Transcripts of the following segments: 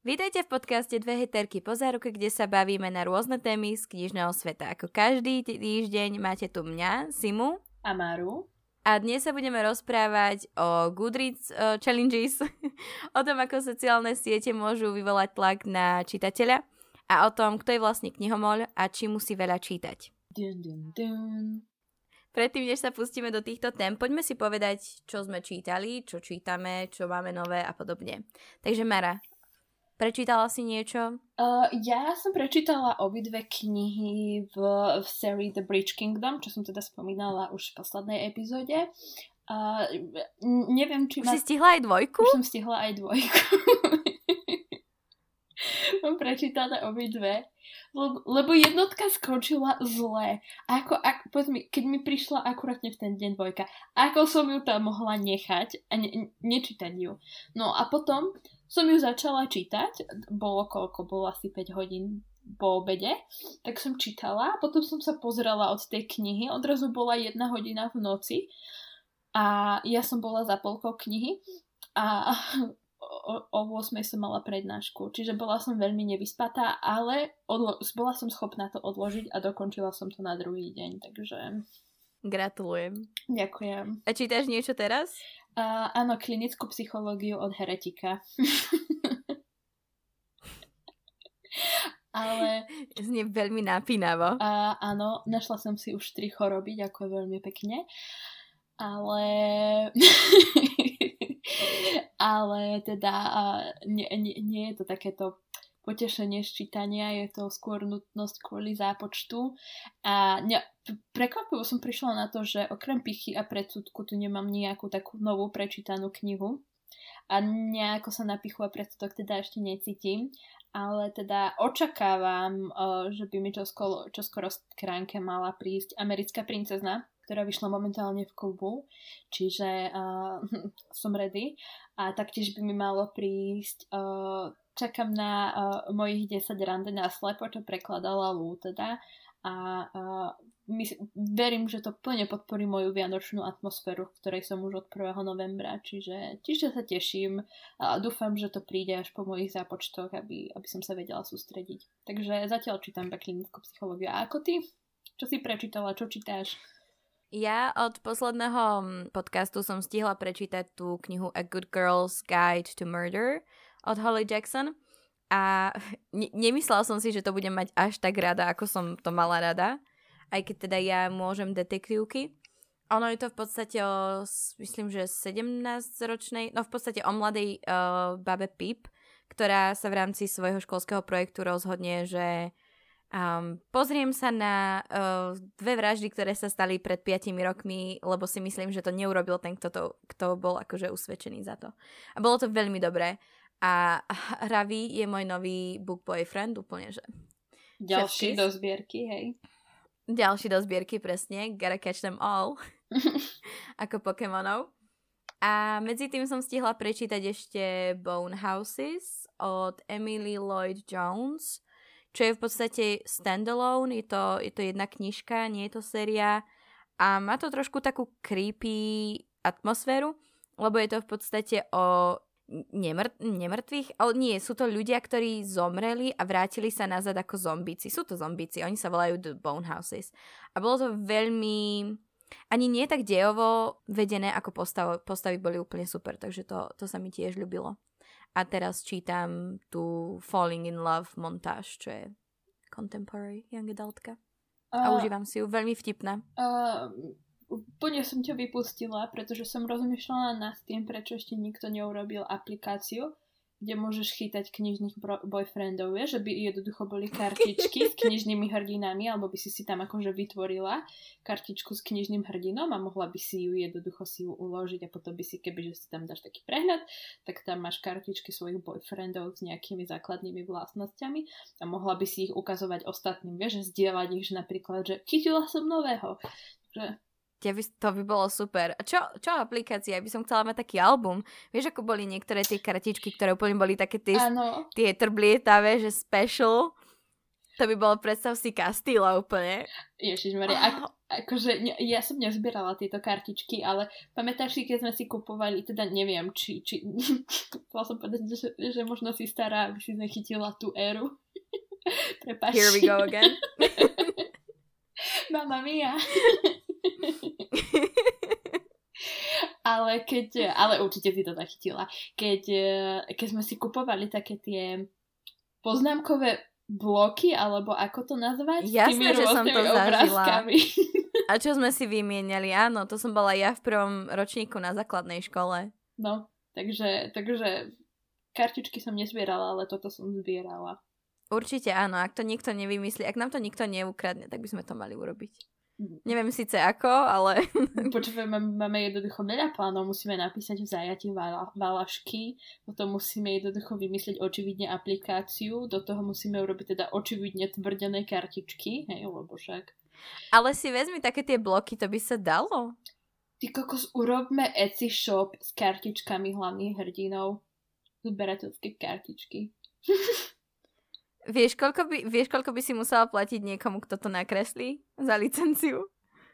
Vítajte v podcaste Dve heterky po záruke, kde sa bavíme na rôzne témy z knižného sveta. Ako každý týždeň máte tu mňa, Simu a Maru. A dnes sa budeme rozprávať o Goodreads challenges, o tom, ako sociálne siete môžu vyvolať tlak na čitateľa a o tom, kto je vlastne knihomol a či musí veľa čítať. Dun, dun, dun. Predtým, než sa pustíme do týchto tém, poďme si povedať, čo sme čítali, čo čítame, čo máme nové a podobne. Takže Mara, prečítala si niečo? Ja som prečítala obidve knihy v sérii The Bridge Kingdom, čo som teda spomínala už v poslednej epizóde. Neviem, či Už si stihla aj dvojku? Už som stihla aj dvojku. Mám prečítané obidve. Lebo jednotka skončila zle. Povedz mi, keď mi prišla akurátne v ten deň dvojka, ako som ju tam mohla nechať a nečítať ju. No a potom som ju začala čítať, bolo asi 5 hodín po obede, tak som čítala, potom som sa pozrela od tej knihy, odrazu bola 1 hodina v noci a ja som bola za polkou knihy a o 8 som mala prednášku, čiže bola som veľmi nevyspatá, ale bola som schopná to odložiť a dokončila som to na druhý deň, takže... Gratulujem. Ďakujem. A čítaš niečo teraz? Áno, klinickú psychológiu od heretika. Ale... Znie veľmi napínavo. Áno, našla som si už 3 choroby, ďakujem veľmi pekne. Ale... Ale teda nie je to takéto potešenie z čítania, je to skôr nutnosť kvôli zápočtu. A prekvapivo som prišla na to, že okrem Pichy a predsudku tu nemám nejakú takú novú prečítanú knihu. A nejako sa na Pichu a predsudok teda ešte necítim. Ale teda očakávam, že by mi čoskoro z kránke mala prísť Americká princezna, ktorá vyšla momentálne v klubu. Čiže som ready. A taktiež by mi malo prísť... Čakám na mojich 10 rande na slepo, čo prekladala Lou teda. A verím, že to plne podporí moju vianočnú atmosféru, v ktorej som už od 1. novembra. Čiže sa teším a dúfam, že to príde až po mojich zápočtoch, aby som sa vedela sústrediť. Takže zatiaľ čítam klinickú psychológiu. A ako ty? Čo si prečítala? Čo čítáš? Ja od posledného podcastu som stihla prečítať tú knihu A Good Girl's Guide to Murder od Holly Jackson a nemyslela som si, že to budem mať až tak rada, ako som to mala rada, aj keď teda ja môžem detektívky. Ono je to v podstate myslím, že 17-ročnej, no v podstate o mladej babe Pip, ktorá sa v rámci svojho školského projektu rozhodne, že pozriem sa na 2 vraždy, ktoré sa stali pred 5 rokmi, lebo si myslím, že to neurobil ten, kto bol akože usvedčený za to. A bolo to veľmi dobré. A Ravi je môj nový book boyfriend, úplne, že... Ďalší do zbierky, hej. Ďalší do zbierky, presne. Gotta catch them all. Ako Pokémonov. A medzi tým som stihla prečítať ešte Bone Houses od Emily Lloyd Jones, čo je v podstate standalone. Je to jedna knižka, nie je to séria. A má to trošku takú creepy atmosféru, lebo je to v podstate o nemrtvých, ale nie, sú to ľudia, ktorí zomreli a vrátili sa nazad ako zombíci. Sú to zombíci, oni sa volajú The Bone Houses. A bolo to veľmi, ani nie tak dejovo vedené, ako postavy boli úplne super, takže to sa mi tiež ľúbilo. A teraz čítam tú Falling in Love montáž, čo je contemporary young adultka. A užívam si ju, veľmi vtipná. Úplne som ťa vypustila, pretože som rozmýšľala nad tým, prečo ešte nikto neurobil aplikáciu, kde môžeš chytať knižných boyfriendov, vieš, že by jednoducho boli kartičky s knižnými hrdinami, alebo by si tam akože vytvorila kartičku s knižným hrdinom a mohla by si ju jednoducho uložiť a potom by si, kebyže si tam dáš taký prehľad, tak tam máš kartičky svojich boyfriendov s nejakými základnými vlastnosťami a mohla by si ich ukazovať ostatným, vieš, že zdieľať ich, že napríklad, že chytila som nového, že... To by bolo super. A čo aplikácia? Ja by som chcela mať taký album. Vieš, ako boli niektoré tie kartičky, ktoré úplne boli také tie trblietavé, že special. To by bolo, predstav si Castilla úplne. Ježišmaria, akože ja som nezbierala tieto kartičky, ale pamätáš si, keď sme si kupovali, teda neviem, či chcela som povedať, že možno si stará, aby si nechytila tú éru. Prepáč. Here we go again. Mamma mia. ale určite si to zachytila. Keď sme si kupovali také tie poznámkové bloky, alebo ako to nazvať? Jasné, že som to zažila. Obrázkami. A čo sme si vymieniali? Áno, to som bola ja v prvom ročníku na základnej škole. No, takže kartičky som nezbierala, ale toto som zbierala. Určite áno, ak to nikto nevymyslí, ak nám to nikto neukradne, tak by sme to mali urobiť. Neviem síce ako, ale... Počúvaj, máme jednoducho veľa plánov, musíme napísať v zajati valašky, potom musíme jednoducho vymyslieť očividne aplikáciu, do toho musíme urobiť teda očividne tvrdené kartičky, hej, lebo však... Ale si vezmi také tie bloky, to by sa dalo. Ty kokos, urobme Etsy shop s kartičkami hlavných hrdinov. Zberateľské kartičky. Vieš, koľko by si musela platiť niekomu, kto to nakreslí za licenciu?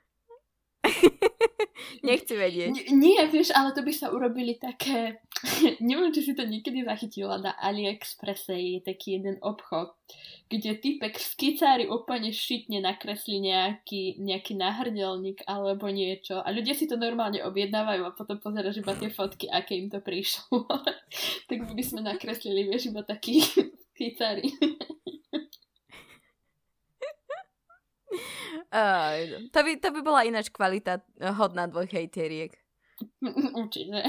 Nechci vedieť. Nie, vieš, ale to by sa urobili také... Neviem, či si to niekedy zachytila, na AliExpresse je taký jeden obchod, kde typek v skicári úplne šitne nakreslí nejaký náhrdelník alebo niečo a ľudia si to normálne objednávajú a potom pozeraš iba tie fotky, aké im to prišlo. Tak by sme nakreslili, vieš, iba taký skicári. To by bola ináč kvalita hodná dvoch hejteriek. Určite.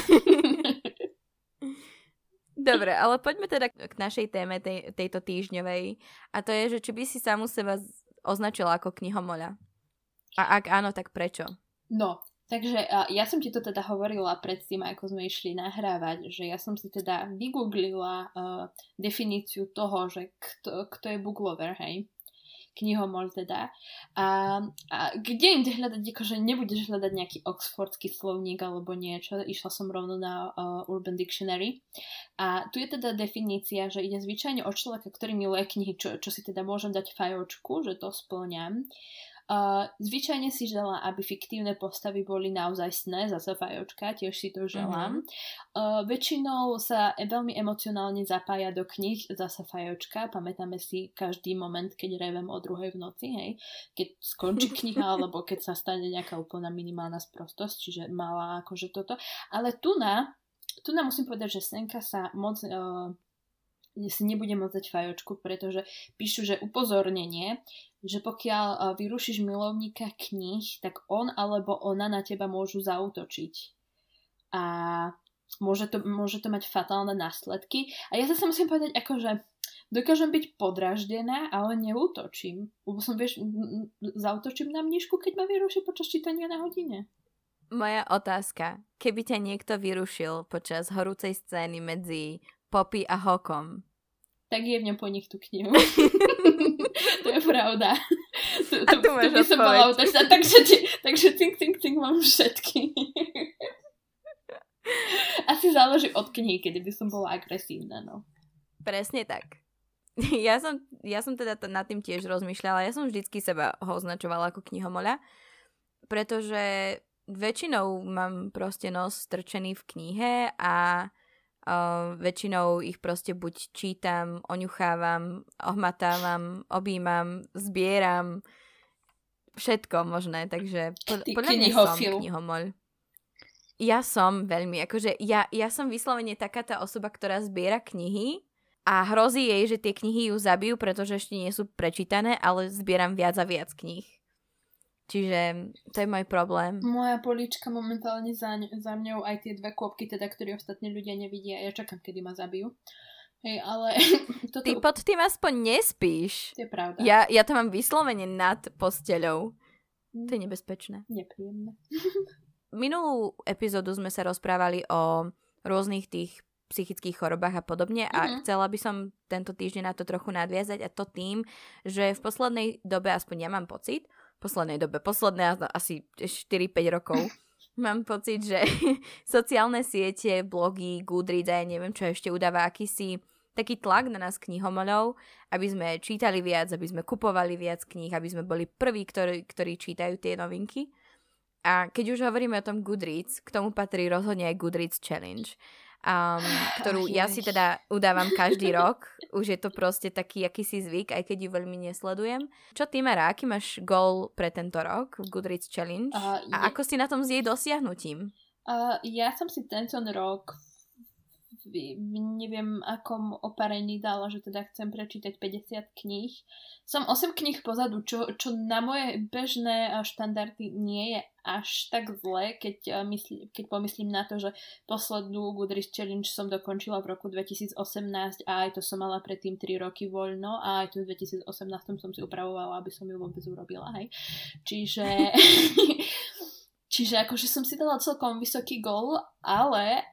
Dobre, ale poďme teda k našej téme tejto týždňovej. A to je, že či by si samu seba označila ako knihomoľa. A ak áno, tak prečo? No, takže ja som ti to teda hovorila predtým, ako sme išli nahrávať, že ja som si teda vygooglila definíciu toho, že kto je book lover, hej? Knihomol teda. A kde im hľadať, akože nebudeš hľadať nejaký oxfordský slovník alebo niečo, išla som rovno na Urban Dictionary. A tu je teda definícia, že ide zvyčajne o človeka, ktorý miluje knihy, čo si teda môžem dať fajočku, že to spĺňam. Zvyčajne si želá, aby fiktívne postavy boli naozajstné, zase fajočka, tiež si to želám. Väčšinou sa veľmi emocionálne zapája do kníh, zase fajočka, pamätáme si každý moment, keď revem o 2:00 v noci, hej, keď skončí kniha, alebo keď sa stane nejaká úplná minimálna sprostosť, čiže malá akože toto. Ale tu musím povedať, že Senka sa moc... si nebude môcť dať fajočku, pretože píšu, že upozornenie, že pokiaľ vyrušíš milovníka kníh, tak on alebo ona na teba môžu zaútočiť. A môže to mať fatálne následky. A ja zase musím povedať, akože dokážem byť podraždená, ale neútočím. Lebo som, vieš, zaútočím na mníšku, keď ma vyruší počas čítania na hodine. Moja otázka. Keby ťa niekto vyrušil počas horúcej scény medzi Poppy a Hawkom, tak jebnem po nich tú knihu. To je pravda. A tu máš odpoveď. Takže cink, mám všetky. Asi záleží od knihy, kedy by som bola agresívna, no. Presne tak. Ja som teda nad tým tiež rozmýšľala. Ja som vždycky seba ho označovala ako knihomoľa, pretože väčšinou mám proste nos strčený v knihe a väčšinou ich proste buď čítam, oňuchávam, ohmatávam, objímam, zbieram, všetko možné, takže podľa mňa som knihomoľ. Ja som veľmi, akože ja som vyslovene taká tá osoba, ktorá zbiera knihy a hrozí jej, že tie knihy ju zabijú, pretože ešte nie sú prečítané, ale zbieram viac a viac kníh. Čiže to je môj problém. Moja polička momentálne za mňou aj tie 2 kôpky, teda, ktoré ostatní ľudia nevidia. Ja čakám, kedy ma zabijú. Hej, ale... Ty pod tým aspoň nespíš. To je pravda. Ja to mám vyslovene nad posteľou. To je nebezpečné. Nepríjemné. Minulú epizódu sme sa rozprávali o rôznych tých psychických chorobách a podobne a chcela by som tento týždeň na to trochu nadviazať a to tým, že v poslednej dobe, aspoň ja mám pocit, posledné asi 4-5 rokov, mám pocit, že sociálne siete, blogy, Goodreads a ja neviem čo ešte udáva akýsi taký tlak na nás knihomolov, aby sme čítali viac, aby sme kupovali viac kníh, aby sme boli prví, ktorí čítajú tie novinky. A keď už hovoríme o tom Goodreads, k tomu patrí rozhodne aj Goodreads Challenge, ktorú ja si teda udávam každý rok. Už je to proste taký akýsi zvyk, aj keď ju veľmi nesledujem. Čo ty, Mara, aký máš goal pre tento rok v Goodreads Challenge? A ako si na tom s jej dosiahnutím? Ja som si tento rok neviem akom oparení dala, že teda chcem prečítať 50 kníh. Som 8 kníh pozadu, čo na moje bežné štandardy nie je až tak zle, keď pomyslím na to, že poslednú Goodreads Challenge som dokončila v roku 2018 a aj to som mala predtým 3 roky voľno a aj tu v 2018 som si upravovala, aby som ju vôbec urobila, hej. Čiže akože som si dala celkom vysoký goal, ale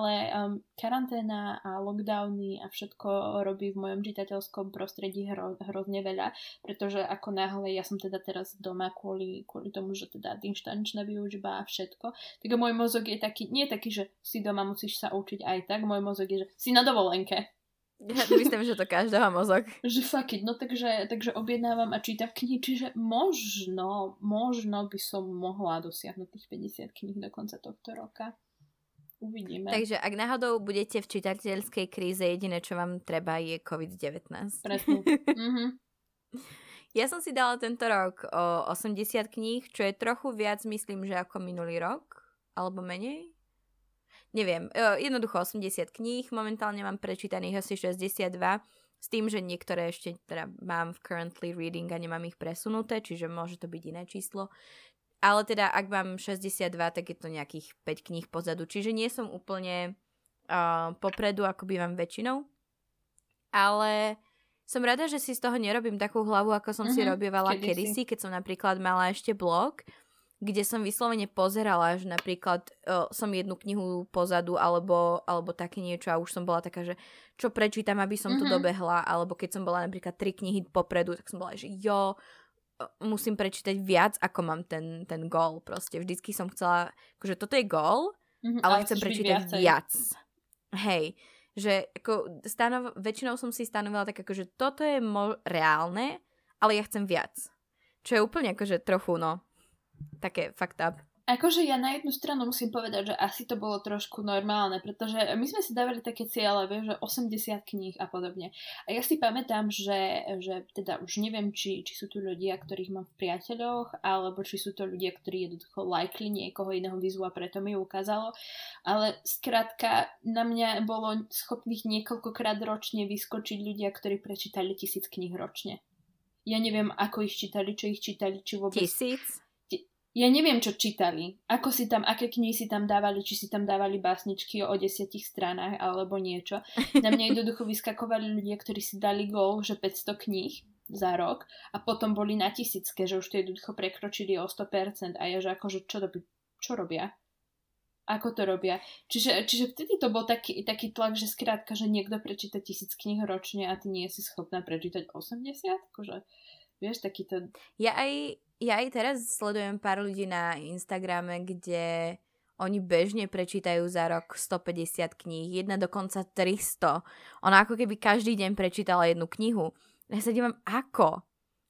karanténa a lockdowny a všetko robí v mojom čitateľskom prostredí hrozne veľa, pretože ako náhle ja som teda teraz doma kvôli tomu, že teda inštančná výučba a všetko, tak môj mozog je taký, nie taký, že si doma musíš sa učiť aj tak, môj mozog je, že si na dovolenke. Ja myslím, že to každého mozog. Že fuck it, no takže objednávam a čítam knihy, čiže možno by som mohla dosiahnuť tých 50 kníh do konca tohto roka. Uvidíme. Takže ak náhodou budete v čitateľskej kríze, jediné, čo vám treba, je COVID-19. Presne. Ja som si dala tento rok o 80 kníh, čo je trochu viac, myslím, že ako minulý rok. Alebo menej? Neviem. Jednoducho 80 kníh. Momentálne mám prečítaných asi 62. S tým, že niektoré ešte teda mám v currently reading a nemám ich presunuté, čiže môže to byť iné číslo. Ale teda, ak mám 62, tak je to nejakých 5 kníh pozadu. Čiže nie som úplne popredu, ako bývam väčšinou. Ale som rada, že si z toho nerobím takú hlavu, ako som si robievala kedysi, keď som napríklad mala ešte blog, kde som vyslovene pozerala, že napríklad som jednu knihu pozadu, alebo také niečo a už som bola taká, že čo prečítam, aby som to dobehla. Alebo keď som bola napríklad 3 knihy popredu, tak som bola, že musím prečítať viac, ako mám ten goal. Proste vždycky som chcela, akože toto je goal, ale chcem prečítať viac. Hej, že ako väčšinou som si stanovila tak, akože toto je reálne, ale ja chcem viac. Čo je úplne akože trochu, také fucked up. Akože ja na jednu stranu musím povedať, že asi to bolo trošku normálne, pretože my sme si dávali také ciele, vieš, že 80 kníh a podobne. A ja si pamätám, že teda už neviem, či sú tu ľudia, ktorých mám v priateľoch, alebo či sú to ľudia, ktorí jednoducho lajkli niekoho iného výzvu a preto mi ukázalo. Ale skrátka, na mňa bolo schopných niekoľkokrát ročne vyskočiť ľudia, ktorí prečítali 1000 kníh ročne. Ja neviem, ako ich čítali, čo ich čítali, či vôbec... 1000? Ja neviem, čo čítali. Aké knihy si tam dávali, či si tam dávali básničky o 10 stranách alebo niečo. Na mňa jednoducho vyskakovali ľudia, ktorí si dali goal, že 500 kníh za rok a potom boli na 1000, že už to jednoducho prekročili o 100% a ja, že akože čo robia? Ako to robia? Čiže vtedy to bol taký tlak, že skrátka, že niekto prečíta 1000 kníh ročne a ty nie si schopná prečítať 80? Akože, vieš, takýto... Ja aj teraz sledujem pár ľudí na Instagrame, kde oni bežne prečítajú za rok 150 kníh, jedna dokonca 300. Ona ako keby každý deň prečítala jednu knihu. Ja sa dívam, ako?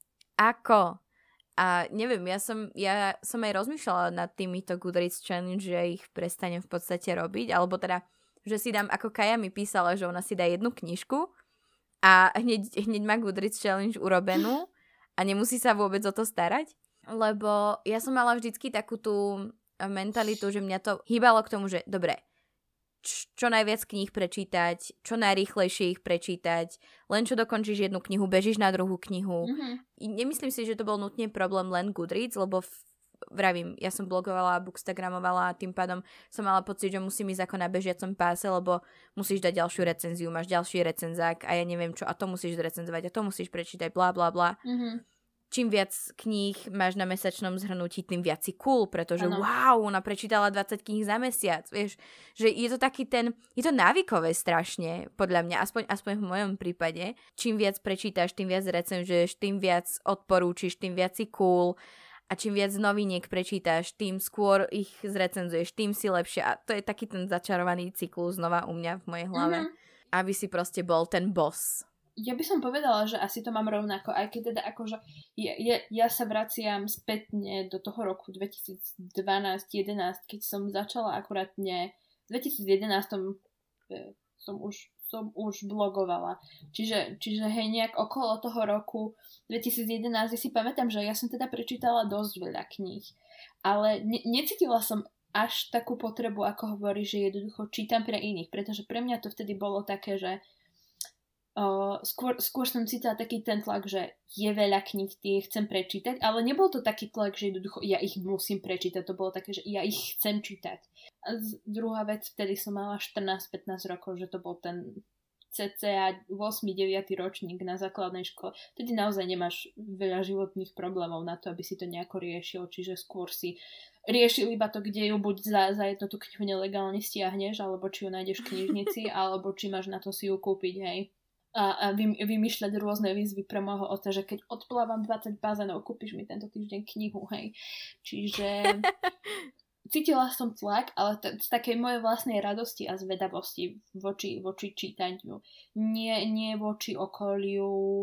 A neviem, ja som aj rozmýšľala nad týmito Goodreads Challenge, že ich prestanem v podstate robiť, alebo teda, že si dám, ako Kaja mi písala, že ona si dá jednu knižku a hneď má Goodreads Challenge urobenú a nemusí sa vôbec o to starať, lebo ja som mala vždycky takú tú mentalitu, že mňa to hýbalo k tomu, že dobre, čo najviac kníh prečítať, čo najrýchlejšie ich prečítať, len čo dokončíš jednu knihu, bežíš na druhú knihu. Nemyslím si, že to bol nutne problém len Goodreads, lebo vravím, ja som blogovala, bookstagramovala a tým pádom som mala pocit, že musím ísť ako na bežiacom páse, lebo musíš dať ďalšiu recenziu, máš ďalší recenzák a ja neviem čo, a to musíš zrecenzovať a to musíš prečítať, blá, blá, blá. Čím viac kníh máš na mesačnom zhrnutí, tým viac si cool, pretože wow, ona prečítala 20 kníh za mesiac, vieš, že je to taký je to návykové strašne, podľa mňa, aspoň v mojom prípade. Čím viac prečítaš, tým viac recenzuješ, tým viac odporúčiš, tým viac si cool a čím viac noviniek prečítaš, tým skôr ich zrecenzuješ, tým si lepšie a to je taký ten začarovaný cyklus znova u mňa v mojej hlave. aby si proste bol ten boss. Ja by som povedala, že asi to mám rovnako, aj keď teda akože ja sa vraciam spätne do toho roku 2012-11, keď som začala akurátne v 2011 som už blogovala. Čiže hej, nejak okolo toho roku 2011 ja si pamätám, že ja som teda prečítala dosť veľa kníh, ale necítila som až takú potrebu, ako hovorí, že jednoducho čítam pre iných, pretože pre mňa to vtedy bolo také, že skôr som cítila taký ten tlak, že je veľa kníh, tie chcem prečítať, ale nebol to taký tlak, že jednoducho ja ich musím prečítať, to bolo také, že ja ich chcem čítať. A druhá vec, vtedy som mala 14-15 rokov, že to bol ten cca 8-9 ročník na základnej škole. Tedy naozaj nemáš veľa životných problémov na to, aby si to nejako riešil, čiže skôr si riešil iba to, kde ju buď za jednu tú knihu nelegálne stiahneš, alebo či ju nájdeš v knižnici, alebo či máš na to si ju kúpiť, hej. A vymýšľať rôzne výzvy pre môjho otca, že keď odplávam 20 bazénov, kúpiš mi tento týždeň knihu, hej. Čiže cítila som tlak, ale z takej mojej vlastnej radosti a zvedavosti voči čítaniu. Nie voči okoliu,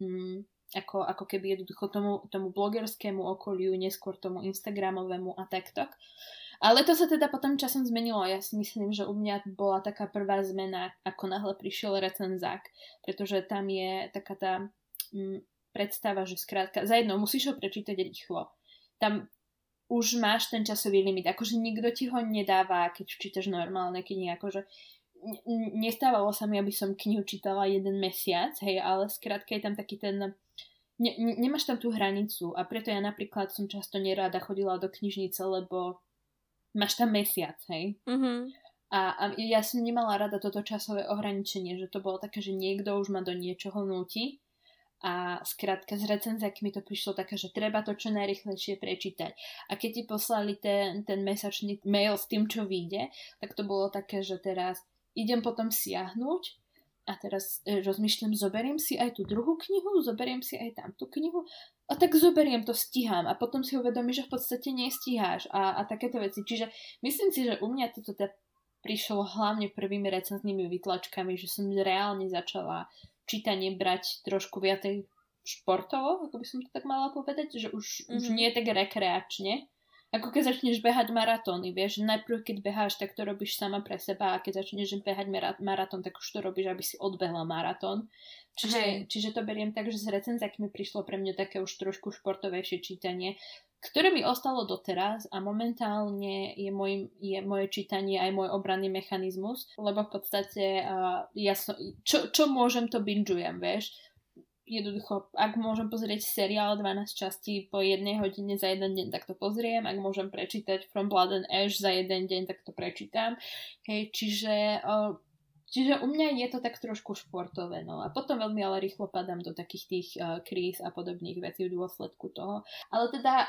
ako keby jednoducho tomu blogerskému okoliu, neskôr tomu instagramovému a takto. Ale to sa teda potom časom zmenilo. Ja si myslím, že u mňa bola taká prvá zmena, ako náhle prišiel recenzák, pretože tam je taká tá predstava, že skrátka, za jedno musíš ho prečítať rýchlo. Tam už máš ten časový limit, akože nikto ti ho nedáva, keď čítaš normálne knihy, akože nestávalo sa mi, aby som knihu čítala 1 mesiac, hej, ale skrátka je tam taký ten nemáš tam tú hranicu a preto ja napríklad som často neráda chodila do knižnice, lebo máš tam mesiac, hej. Mm-hmm. A ja som nemala rada toto časové ohraničenie, že to bolo také, že niekto už ma do niečoho núti a skrátka z recenziák mi to prišlo také, že treba to čo najrýchlejšie prečítať. A keď ti poslali ten mesačný mail s tým, čo vyjde, tak to bolo také, že teraz idem potom siahnuť a teraz rozmýšľam, zoberiem si aj tú druhú knihu, zoberiem si aj tamtú knihu a tak zoberiem to, stíham a potom si uvedomíš, že v podstate nestíháš a takéto veci. Čiže myslím si, že u mňa toto prišlo hlavne prvými recenznými vytlačkami, že som reálne začala čítanie brať trošku viacej športovo, ako by som to tak mala povedať, že už nie tak rekreačne. Ako keď začneš behať maratóny, vieš, najprv keď beháš, tak to robíš sama pre seba a keď začneš behať maratón, tak už to robíš, aby si odbehla maratón. Čiže to beriem tak, že s recenziákmi prišlo pre mňa také už trošku športovejšie čítanie, ktoré mi ostalo doteraz a momentálne je moje čítanie aj môj obranný mechanizmus, lebo v podstate čo môžem, to binžujem, vieš. Jednoducho, ak môžem pozrieť seriál 12 častí po 1 hodine za 1 deň, tak to pozriem. Ak môžem prečítať From Blood and Ash za 1 deň, tak to prečítam. Hej, čiže u mňa je to tak trošku športové. No. A potom veľmi ale rýchlo padám do takých tých kríz a podobných vecí v dôsledku toho. Ale teda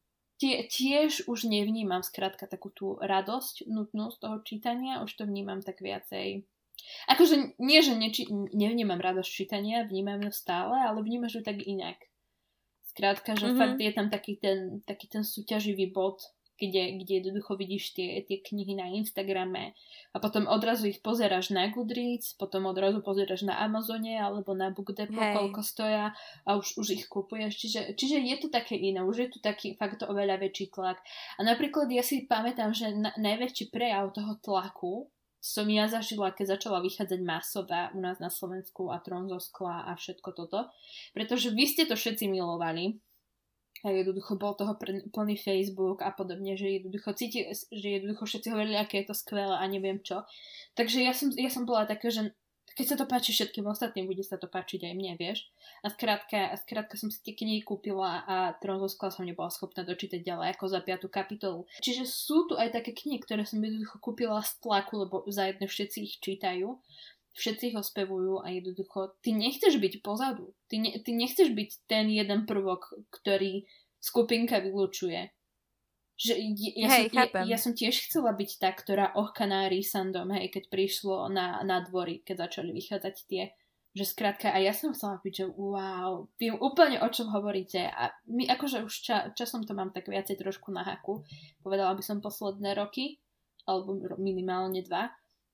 tiež už nevnímam skrátka takú tú radosť, nutnosť toho čítania. Už to vnímam tak viacej. Akože nie, že nevnímam radosť čítania, vnímam ju stále, ale vnímaš ju tak inak. Skrátka, že fakt je tam taký ten súťaživý bod, kde jednoducho vidíš tie knihy na Instagrame a potom odrazu ich pozeráš na Goodreads, potom odrazu pozeráš na Amazone alebo na BookDepot, koľko stoja a už ich kupuješ. Čiže je to také iné, už je tu taký fakt oveľa väčší tlak. A napríklad ja si pamätám, že najväčší prejav toho tlaku som ja zažila, keď začala vychádzať Masová u nás na Slovensku a Trón zo skla a všetko toto. Pretože vy ste to všetci milovali. A jednoducho bol toho plný Facebook a podobne, že jednoducho všetci hovorili, aké je to skvelé a neviem čo. Takže ja som bola taká, že keď sa to páči všetkým ostatným, bude sa to páčiť aj mne, vieš. A skrátka som si tie knihy kúpila a Trón zo skla som nebola schopná dočítať ďalej ako za 5. kapitolu. Čiže sú tu aj také knihy, ktoré som jednoducho kúpila z tlaku, lebo vzájomne všetci ich čítajú, všetci ich ospevujú a jednoducho ty nechceš byť pozadu. Ty nechceš byť ten jeden prvok, ktorý skupinka vylučuje. Že ja som tiež chcela byť tá, ktorá ohkaná Rhysandom, hej, keď prišlo na dvory, keď začali vychádzať tie, že skrátka, a ja som chcela byť, že wow, viem úplne o čom hovoríte a my akože už časom to mám tak viacej trošku na haku, povedala by som posledné roky, alebo minimálne 2,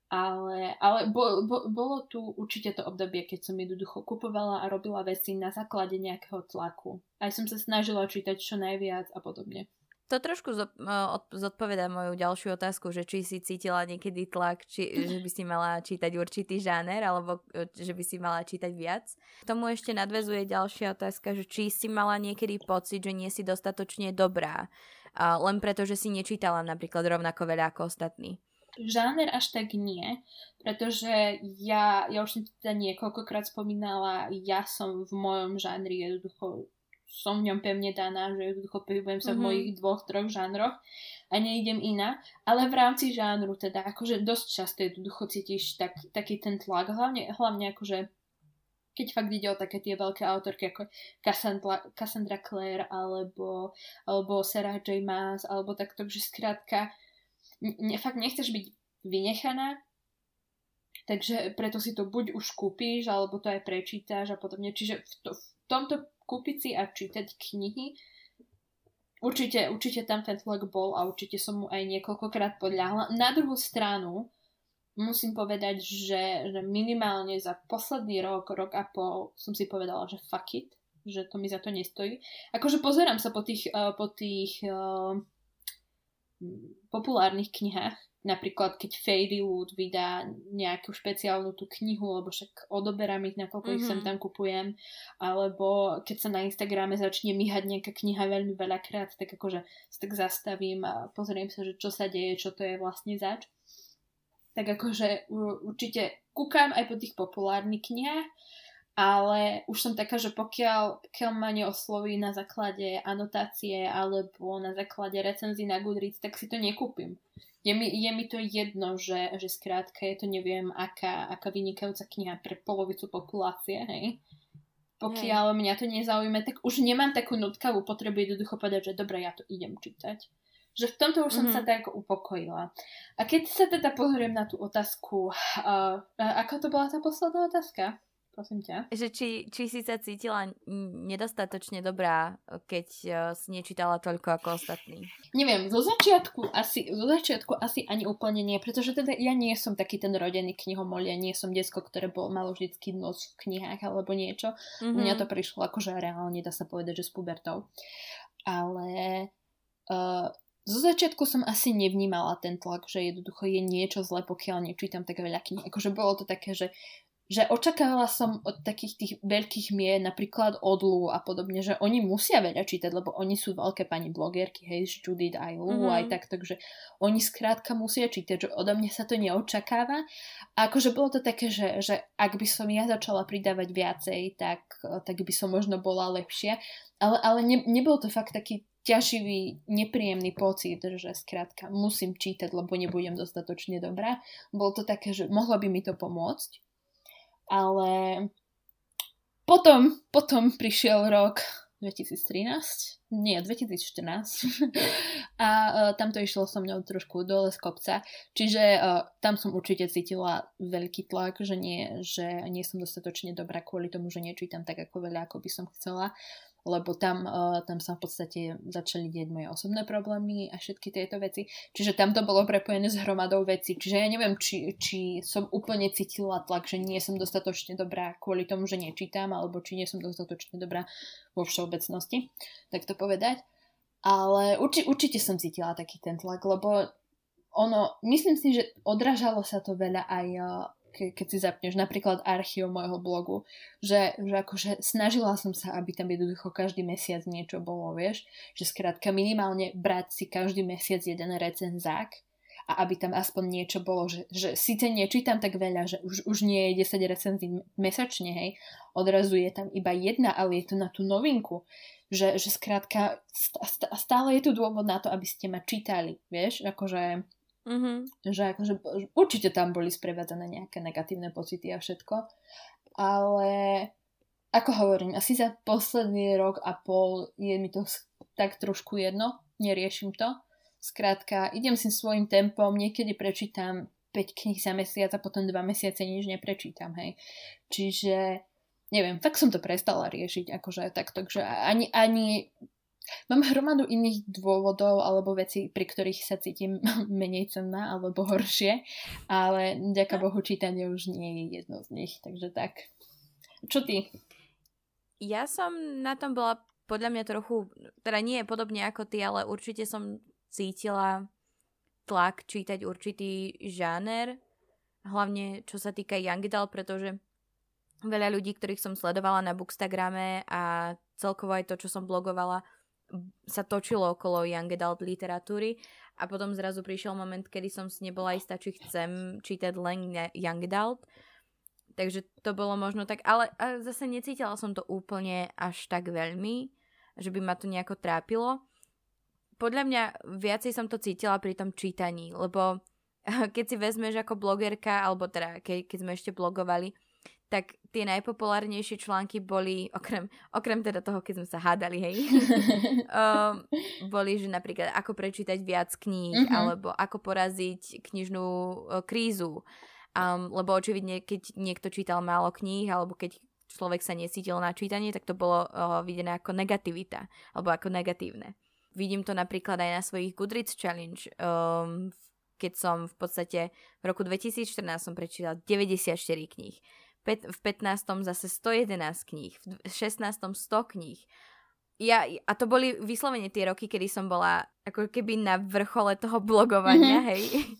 Ale bolo tu určite to obdobie, keď som jednoducho kupovala a robila veci na základe nejakého tlaku. Aj som sa snažila čítať čo najviac a podobne. To trošku zodpovedá moju ďalšiu otázku, že či si cítila niekedy tlak, že by si mala čítať určitý žáner, alebo že by si mala čítať viac. K tomu ešte nadväzuje ďalšia otázka, že či si mala niekedy pocit, že nie si dostatočne dobrá, len preto, že si nečítala napríklad rovnako veľa ako ostatní. Žáner až tak nie, pretože ja už som teda niekoľkokrát spomínala, ja som v mojom žánri jednoducho som v ňom pevne daná, že jednoducho pohybujem sa v mojich 2-3 žánroch a neidem iná, ale v rámci žánru teda akože dosť často jednoducho cítiš taký ten tlak, hlavne akože keď fakt ide o také tie veľké autorky ako Cassandra Clare alebo Sarah J. Maas alebo takto, že skrátka fakt nechceš byť vynechaná, takže preto si to buď už kúpíš alebo to aj prečítaš a podobne, čiže v tomto kúpiť si a čítať knihy. Určite tam ten tlak bol a určite som mu aj niekoľkokrát podľahla. Na druhú stranu musím povedať, že minimálne za posledný rok a pol som si povedala, že fuck it, že to mi za to nestojí. Akože pozerám sa po tých populárnych knihách, napríklad keď Fairywood vydá nejakú špeciálnu tú knihu, lebo však odoberám ich, nakoľko ich sem tam kupujem, alebo keď sa na Instagrame začne myhať nejaká kniha veľmi veľakrát, tak akože sa tak zastavím a pozriem sa, že čo sa deje, čo to je vlastne zač. Tak akože určite kúkam aj po tých populárnych knihách, ale už som taká, že pokiaľ ma neosloví na základe anotácie alebo na základe recenzií na Goodreads, tak si to nekúpim. Je mi to jedno, že skrátka je to neviem aká vynikajúca kniha pre polovicu populácie, hej. Pokiaľ mňa to nezaujíme, tak už nemám takú nutkavú potrebu jednoducho povedať, že dobre, ja to idem čítať. Že v tomto už som sa tak upokojila. A keď sa teda pozriem na tú otázku, ako to bola tá posledná otázka? Prosím ťa. Že či si sa cítila nedostatočne dobrá, keď si nečítala toľko ako ostatní? Neviem, zo začiatku asi ani úplne nie, pretože teda ja nie som taký ten rodený knihomol, ja nie som decko, ktoré malo vždycky nos v knihách alebo niečo. Mňa to prišlo akože reálne, dá sa povedať, že s pubertou. Ale zo začiatku som asi nevnímala ten tlak, že jednoducho je niečo zle, pokiaľ nečítam tak veľa kníh. Akože bolo to také, že očakávala som od takých tých veľkých mien, napríklad od Lu a podobne, že oni musia veľa čítať, lebo oni sú veľké pani blogerky, hej, Judith aj Lu, aj tak, takže oni skrátka musia čítať, že odo mňa sa to neočakáva. A akože bolo to také, že ak by som ja začala pridávať viacej, tak by som možno bola lepšia, ale nebol to fakt taký ťaživý, nepríjemný pocit, že skrátka musím čítať, lebo nebudem dostatočne dobrá. Bolo to také, že mohlo by mi to pomôcť. Ale potom prišiel rok 2013, nie, 2014 a tam to išlo so mnou trošku dole z kopca, čiže tam som určite cítila veľký tlak, že nie som dostatočne dobrá kvôli tomu, že nečítam tak ako veľa, ako by som chcela, lebo tam sa v podstate začali dieť moje osobné problémy a všetky tieto veci. Čiže tam to bolo prepojené s hromadou vecí. Čiže ja neviem, či som úplne cítila tlak, že nie som dostatočne dobrá kvôli tomu, že nečítam, alebo či nie som dostatočne dobrá vo všeobecnosti, tak to povedať. Ale určite som cítila taký ten tlak, lebo myslím si, že odrážalo sa to veľa aj keď si zapneš napríklad archív môjho blogu, že akože snažila som sa, aby tam jednoducho každý mesiac niečo bolo, vieš, že skrátka minimálne brať si každý mesiac jeden recenzák a aby tam aspoň niečo bolo, že síce nečítam tak veľa, že už nie je 10 recenzií mesačne, hej, odrazu je tam iba jedna, ale je to na tú novinku, že skrátka stále je tu dôvod na to, aby ste ma čítali, vieš, akože že akože určite tam boli sprevádzané nejaké negatívne pocity a všetko, ale ako hovorím, asi za posledný rok a pol je mi to tak trošku jedno, neriešim to, skrátka idem si svojím tempom, niekedy prečítam 5 kníh za mesiac a potom 2 mesiace nič neprečítam, hej, čiže neviem, tak som to prestala riešiť, akože takto, že ani Mám hromadu iných dôvodov alebo vecí, pri ktorých sa cítim menej cenná alebo horšie, ale vďaka Bohu čítanie už nie je jedno z nich, takže tak. Čo ty? Ja som na tom bola podľa mňa trochu, teda nie podobne ako ty, ale určite som cítila tlak čítať určitý žáner, hlavne čo sa týka young adult, pretože veľa ľudí, ktorých som sledovala na Bookstagrame a celkovo aj to, čo som blogovala, sa točilo okolo young adult literatúry a potom zrazu prišiel moment, kedy som si nebola istá, či chcem čítať len young adult. Takže to bolo možno tak, ale zase necítila som to úplne až tak veľmi, že by ma to nejako trápilo. Podľa mňa viacej som to cítila pri tom čítaní, lebo keď si vezmeš ako blogerka, alebo teda keď sme ešte blogovali, tak tie najpopulárnejšie články boli, okrem teda toho, keď sme sa hádali, hej, boli, že napríklad ako prečítať viac kníh, alebo ako poraziť knižnú krízu, lebo očividne, keď niekto čítal málo kníh, alebo keď človek sa necítil na čítanie, tak to bolo videné ako negativita, alebo ako negatívne. Vidím to napríklad aj na svojich Goodreads Challenge, keď som v podstate v roku 2014 som prečítala 94 kníh. V 15. zase 111 kníh, v 16. 100 kníh. A to boli vyslovene tie roky, kedy som bola ako keby na vrchole toho blogovania, hej.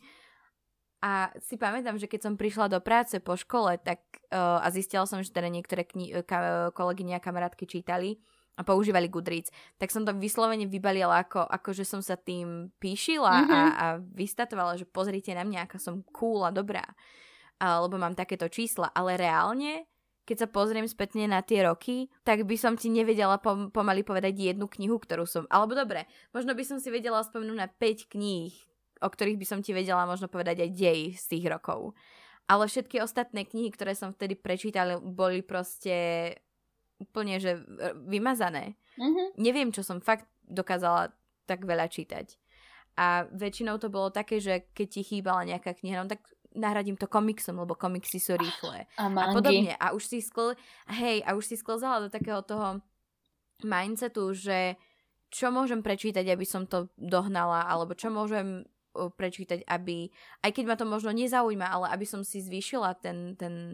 A si pamätám, že keď som prišla do práce po škole, tak a zistila som, že teda niektoré kolegyne a kamarátky čítali a používali Goodreads, tak som to vyslovene vybalila ako že som sa tým píšila a vystatovala, že pozrite na mňa, aká som cool a dobrá. Lebo mám takéto čísla, ale reálne, keď sa pozriem spätne na tie roky, tak by som ti nevedela pomaly povedať jednu knihu, ktorú som, alebo dobre, možno by som si vedela spomenúť na 5 kníh, o ktorých by som ti vedela možno povedať aj dej z tých rokov. Ale všetky ostatné knihy, ktoré som vtedy prečítala, boli proste úplne, že vymazané. Neviem, čo som fakt dokázala tak veľa čítať. A väčšinou to bolo také, že keď ti chýbala nejaká kniha, no tak nahradím to komiksom, lebo komiksy sú rýchle. A podobne. A už si sklzala do takého toho mindsetu, že čo môžem prečítať, aby som to dohnala, alebo čo môžem prečítať, aby, aj keď ma to možno nezaujíma, ale aby som si zvýšila ten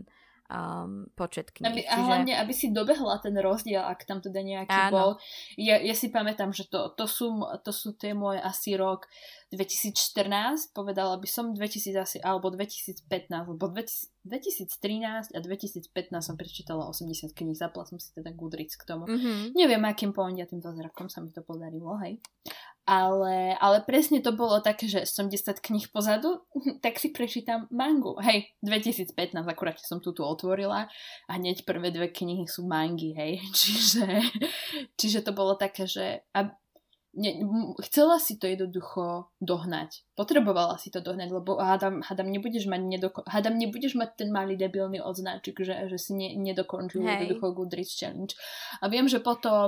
počet kníh. A hlavne, aby si dobehla ten rozdiel, ak tam teda nejaký bol. Ja si pamätám, že to sú tie moje asi rok 2014, povedala by som 2000 alebo 2015, lebo 2013 a 2015 som prečítala 80 kníh, zapla som si teda Goodreads k tomu. Neviem, akým tým zázrakom sa mi to podarilo, hej. Ale presne to bolo také, že som 10 kníh pozadu, tak si prečítam mangu. Hej, 2015, akurát som tu otvorila a hneď prvé 2 knihy sú mangy, hej. Čiže to bolo také, že chcela si to jednoducho dohnať. Potrebovala si to dohnať, lebo hádam nebudeš mať ten malý debilný odznačik, že si nedokončil jednoducho Goodreads Challenge. A viem, že potom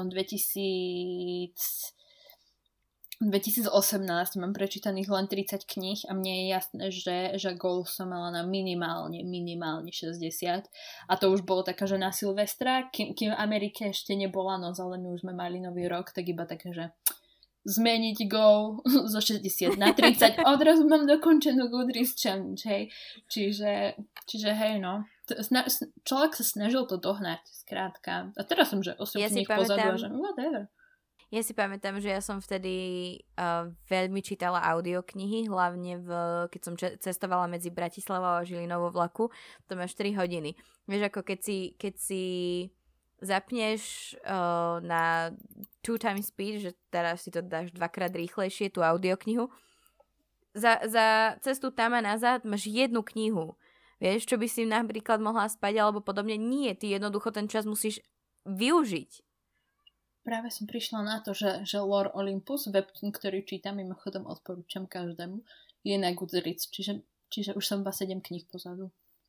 2018 mám prečítaných len 30 kníh a mne je jasné, že goal som mala na minimálne 60 a to už bolo taká, že na Silvestra, kým v Amerike ešte nebola noc, ale my už sme mali nový rok, tak iba také, že zmeniť goal zo 60 na 30 a odrazu mám dokončenú Goodreads Challenge, hej. Čiže hej, no. Človek sa snažil to dohnať, skrátka. A teraz som, že 8 kníh pozadu a že whatever. Ja si pamätám, že ja som vtedy veľmi čítala audioknihy, hlavne keď som cestovala medzi Bratislavou a Žilinou vo vlaku. To máš 4 hodiny. Vieš, ako keď si zapneš na 2 times speed, že teraz si to dáš 2-krát rýchlejšie, tú audioknihu, za cestu tam a nazad máš jednu knihu. Vieš, čo by si napríklad mohla spať alebo podobne. Nie, ty jednoducho ten čas musíš využiť. Práve som prišla na to, že Lore Olympus, webtoon, ktorý čítam, mimochodom odporúčam každému, je na Goodreads, čiže už som iba 7 kníh pozadu.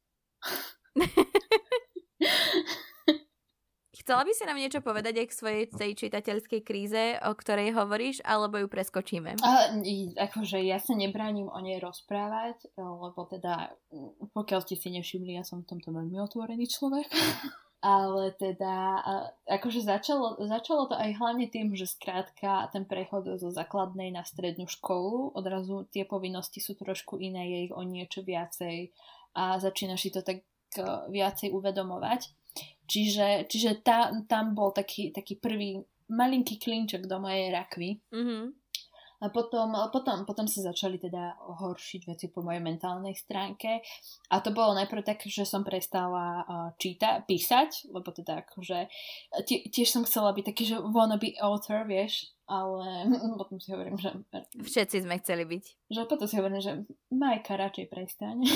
Chcela by si nám niečo povedať aj k svojej tej čitateľskej kríze, o ktorej hovoríš, alebo ju preskočíme? Akože ja sa nebránim o nej rozprávať, lebo teda, pokiaľ ste si nevšimli, ja som v tomto veľmi otvorený človek. Ale teda, akože začalo to aj hlavne tým, že skrátka ten prechod zo základnej na strednú školu, odrazu tie povinnosti sú trošku iné, je ich o niečo viacej a začínaš si to tak viacej uvedomovať. Čiže tam bol taký prvý malinký klinček do mojej rakvy. Mhm. A potom sa začali teda horšiť veci po mojej mentálnej stránke. A to bolo najprv tak, že som prestala písať, lebo teda akože tiež som chcela byť taký, že wannabe author, vieš, ale potom si hovorím, že... Všetci sme chceli byť. Že potom si hovorím, že Majka, radšej prestaň.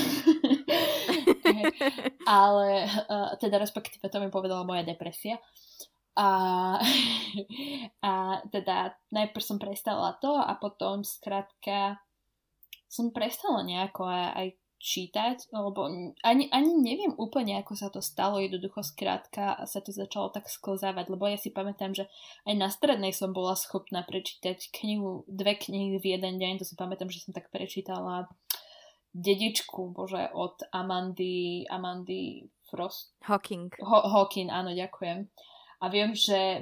Ale teda respektíve to mi povedala moja depresia. A teda najprv som prestala to a potom skrátka som prestala nejako aj čítať, lebo ani neviem úplne, ako sa to stalo, jednoducho skrátka sa to začalo tak sklzávať, lebo ja si pamätám, že aj na strednej som bola schopná prečítať dve knihy v jeden deň, to si pamätám, že som tak prečítala Dedičku, od Amandy Frost. Hawking, áno, ďakujem. A viem, že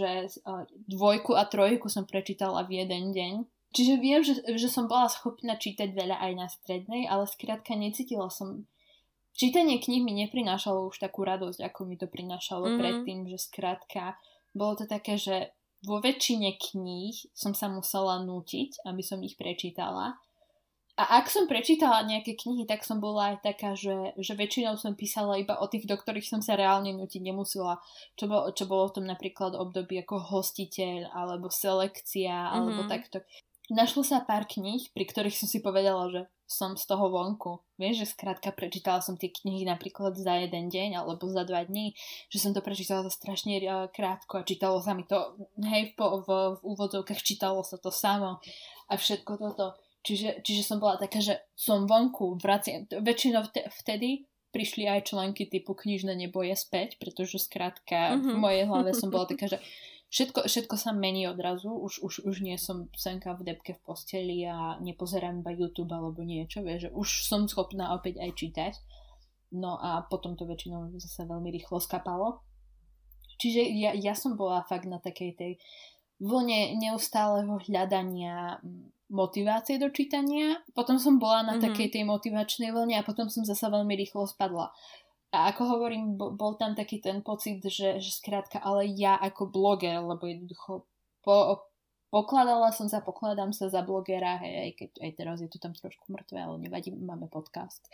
2 a 3 som prečítala v jeden deň. Čiže viem, že som bola schopná čítať veľa aj na strednej, ale skrátka necítila som... Čítanie kníh mi neprinášalo už takú radosť, ako mi to prinášalo predtým, že skrátka bolo to také, že vo väčšine kníh som sa musela nútiť, aby som ich prečítala. A ak som prečítala nejaké knihy, tak som bola aj taká, že väčšinou som písala iba o tých, do ktorých som sa reálne nútiť nemusela. Čo bolo v tom napríklad období ako Hostiteľ, alebo Selekcia, alebo takto. Našlo sa pár kníh, pri ktorých som si povedala, že som z toho vonku. Vieš, že skrátka prečítala som tie knihy napríklad za jeden deň, alebo za 2 dní, že som to prečítala za strašne krátko a čítalo sa mi to, hej, v úvodzovkách čítalo sa to samo a všetko toto. Čiže som bola taká, že som vonku, vraciam. Väčšinou vtedy prišli aj články typu Knižné nebo je späť, pretože skrátka v mojej hlave som bola taká, že všetko sa mení odrazu. Už nie som senka v debke v posteli a nepozerám iba YouTube alebo niečo, vieš, že už som schopná opäť aj čítať. No a potom to väčšinou zase veľmi rýchlo skapalo. Čiže ja som bola fakt na takej tej vlne neustáleho hľadania motivácie do čítania. Potom som bola na takej tej motivačnej vlne a potom som zasa veľmi rýchlo spadla. A ako hovorím, bol tam taký ten pocit, že skrátka, ale ja ako bloger, lebo jednoducho pokladám sa za blogera, hej, keď aj teraz je to tam trošku mŕtve, ale nevadí, máme podcast.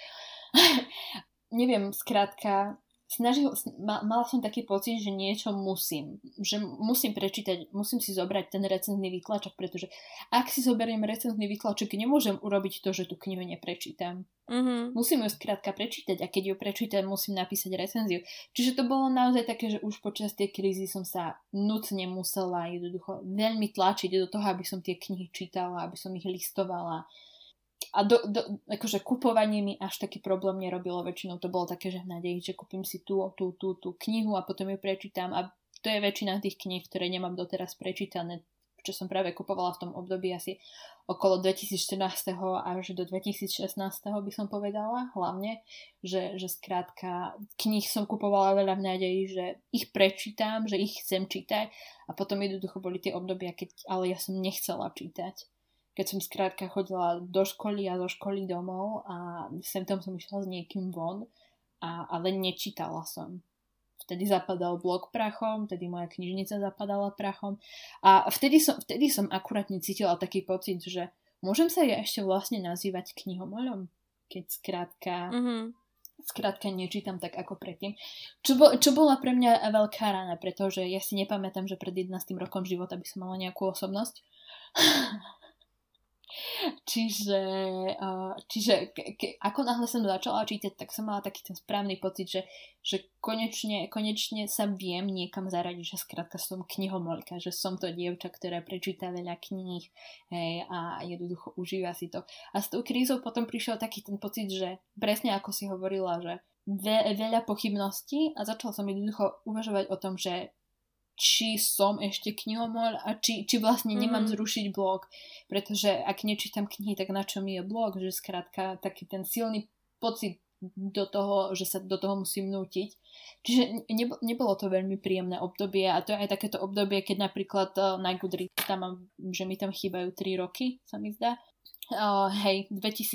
Neviem, skrátka, mala som taký pocit, že niečo musím prečítať, musím si zobrať ten recenzný výtlačok, pretože ak si zoberiem recenzný výtlačok, nemôžem urobiť to, že tú knihu neprečítam. Musím ju skrátka prečítať a keď ju prečítam, musím napísať recenziu. Čiže to bolo naozaj také, že už počas tej krízy som sa nutne musela jednoducho veľmi tlačiť do toho, aby som tie knihy čítala, aby som ich listovala. A akože kupovanie mi až taký problém nerobilo, väčšinou to bolo také, že v nádeji, že kúpim si tú knihu a potom ju prečítam a to je väčšina tých kníh, ktoré nemám doteraz prečítané, čo som práve kupovala v tom období asi okolo 2014. až do 2016. by som povedala, hlavne, že skrátka kníh som kupovala veľa v nádeji, že ich prečítam, že ich chcem čítať a potom jednoducho boli tie obdobia, ale ja som nechcela čítať. Keď som skrátka chodila do školy a zo školy domov a sem tam som išla s niekým von, ale nečítala som. Vtedy zapadal blok prachom, vtedy moja knižnica zapadala prachom a vtedy som akurát necítila taký pocit, že môžem sa ja ešte vlastne nazývať knihomoľom, keď skrátka nečítam tak ako predtým. Čo bola pre mňa veľká rána, pretože ja si nepamätám, že pred 11. rokom života by som mala nejakú osobnosť. Čiže ako náhle som začala čítať, tak som mala taký ten správny pocit, že konečne sa viem niekam zaradiť, že skrátka som knihomoľka, že som to dievča, ktorá prečíta veľa kníh, hej, a jednoducho užíva si to. A s tou krízou potom prišiel taký ten pocit, že presne ako si hovorila, že veľa pochybností a začala som jednoducho uvažovať o tom, že či som ešte knihomol a či vlastne nemám zrušiť blog, pretože ak nečítam knihy, tak na čo mi je blog, že skrátka taký ten silný pocit do toho, že sa do toho musím nútiť. Čiže nebolo to veľmi príjemné obdobie a to je aj takéto obdobie, keď napríklad na Goodreads tam mám, že mi tam chýbajú 3 roky, sa mi zdá. 2013,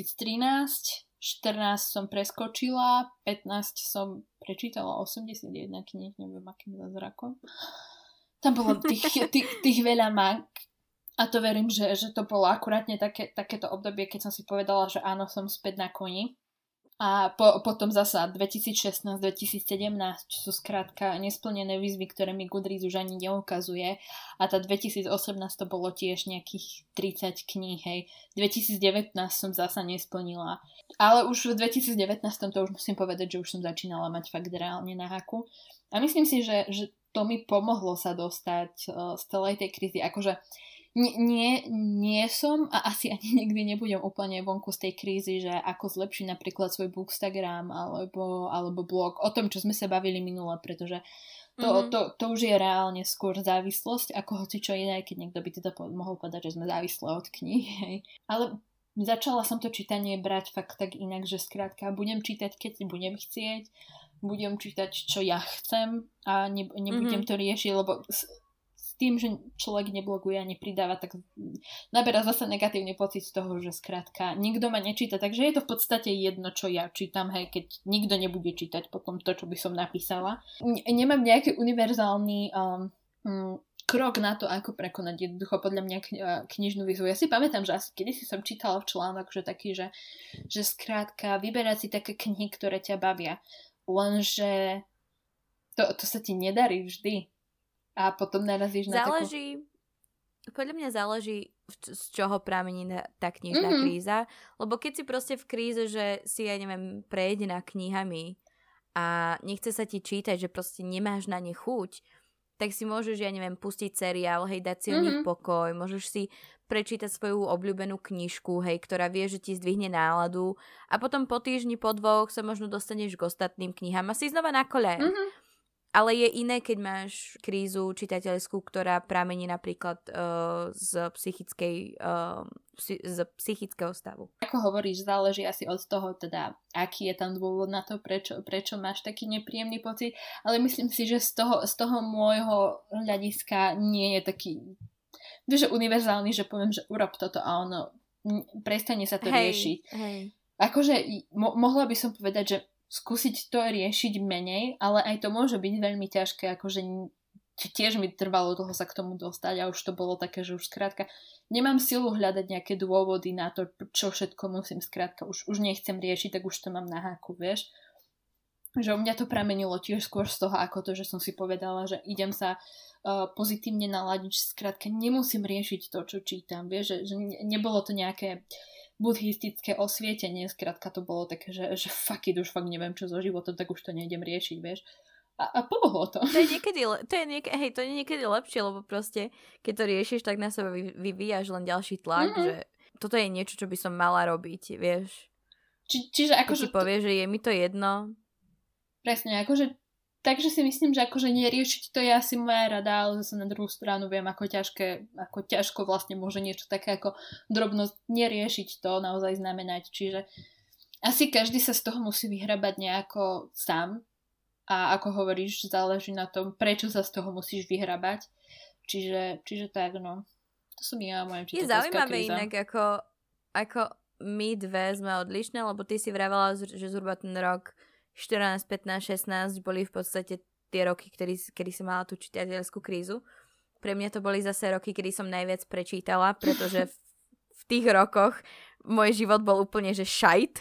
14 som preskočila, 15 som prečítala 81 kníh, neviem akým zázrakom. Tam bolo tých veľa mang. A to verím, že to bolo akurátne takéto obdobie, keď som si povedala, že áno, som späť na koni. A potom zasa 2016-2017 sú skrátka nesplnené výzvy, ktoré mi Goodreads už ani neukazuje. A tá 2018 to bolo tiež nejakých 30 kníh, hej. 2019 som zasa nesplnila. Ale už v 2019 to už musím povedať, že už som začínala mať fakt reálne na haku. A myslím si, že to mi pomohlo sa dostať z celej tej krízy. Akože nie som a asi ani nikdy nebudem úplne vonku z tej krízy, že ako zlepšiť napríklad svoj Bookstagram alebo blog o tom, čo sme sa bavili minule, pretože to už je reálne skôr závislosť ako hoci čo iné, keď niekto by teda mohol povedať, že sme závislé od kníh. Hej. Ale začala som to čítanie brať fakt tak inak, že skrátka budem čítať, keď budem chcieť, budem čítať, čo ja chcem a nebudem to riešiť, lebo tým, že človek nebloguje a nepridáva, tak naberá zase negatívny pocit z toho, že skrátka nikto ma nečíta, takže je to v podstate jedno, čo ja čítam, hej, keď nikto nebude čítať potom to, čo by som napísala. Nemám nejaký univerzálny krok na to, ako prekonať jednoducho podľa mňa knižnú výzvu. Ja si pamätám, že asi kedysi som čítala v článok, že taký, že skrátka vyberať si také knihy, ktoré ťa bavia. Lenže to sa ti nedarí vždy. A potom narazíš na Podľa mňa záleží, z čoho pramení tá knižná kríza. Lebo keď si proste v kríze, že si, ja neviem, prejedená knihami a nechce sa ti čítať, že proste nemáš na ne chuť, tak si môžeš, ja neviem, pustiť seriál, hej, dať si o nich pokoj, môžeš si prečítať svoju obľúbenú knižku, hej, ktorá vie, že ti zdvihne náladu a potom po týždni, po 2 sa možno dostaneš k ostatným knihám a si znova na koľajach. Ale je iné, keď máš krízu čitateľskú, ktorá pramení napríklad z psychického stavu. Ako hovoríš, záleží asi od toho, teda, aký je tam dôvod na to, prečo máš taký nepríjemný pocit. Ale myslím si, že z toho môjho hľadiska nie je taký, že univerzálny, že poviem, že urob toto a ono prestane sa to riešiť. Hej. Akože mohla by som povedať, že skúsiť to riešiť menej, ale aj to môže byť veľmi ťažké, akože tiež mi trvalo dlho sa k tomu dostať a už to bolo také, že už skrátka nemám silu hľadať nejaké dôvody na to, čo všetko musím skrátka, už nechcem riešiť, tak už to mám na háku, vieš. Že u mňa to pramenilo tiež skôr z toho, ako to, že som si povedala, že idem sa pozitívne naladiť, že skrátka nemusím riešiť to, čo čítam, vieš, že nebolo to nejaké buddhistické osvietenie, skrátka to bolo také, že fuck it, už fakt neviem čo so životom, tak už to nejdem riešiť, vieš. A pomohlo to. To je niekedy lepšie, lebo proste, keď to riešiš, tak na seba vyvíjaš len ďalší tlak, že toto je niečo, čo by som mala robiť, vieš. Čiže akože... Keď si povieš, že je mi to jedno. Presne, akože takže si myslím, že akože neriešiť to je asi moja rada, ale zase na druhú stranu viem, ako ťažko vlastne môže niečo také ako drobnosť neriešiť to naozaj znamenať. Čiže asi každý sa z toho musí vyhrabať nejako sám a ako hovoríš, záleží na tom, prečo sa z toho musíš vyhrabať. Čiže tak, no. To som ja, moja čitateľská kríza. Je zaujímavé inak, ako my dve sme odlišné, lebo ty si vravala, že zhruba ten rok 14, 15, 16 boli v podstate tie roky, kedy som mala tú čitateľskú krízu. Pre mňa to boli zase roky, kedy som najviac prečítala, pretože v tých rokoch môj život bol úplne, že šajt.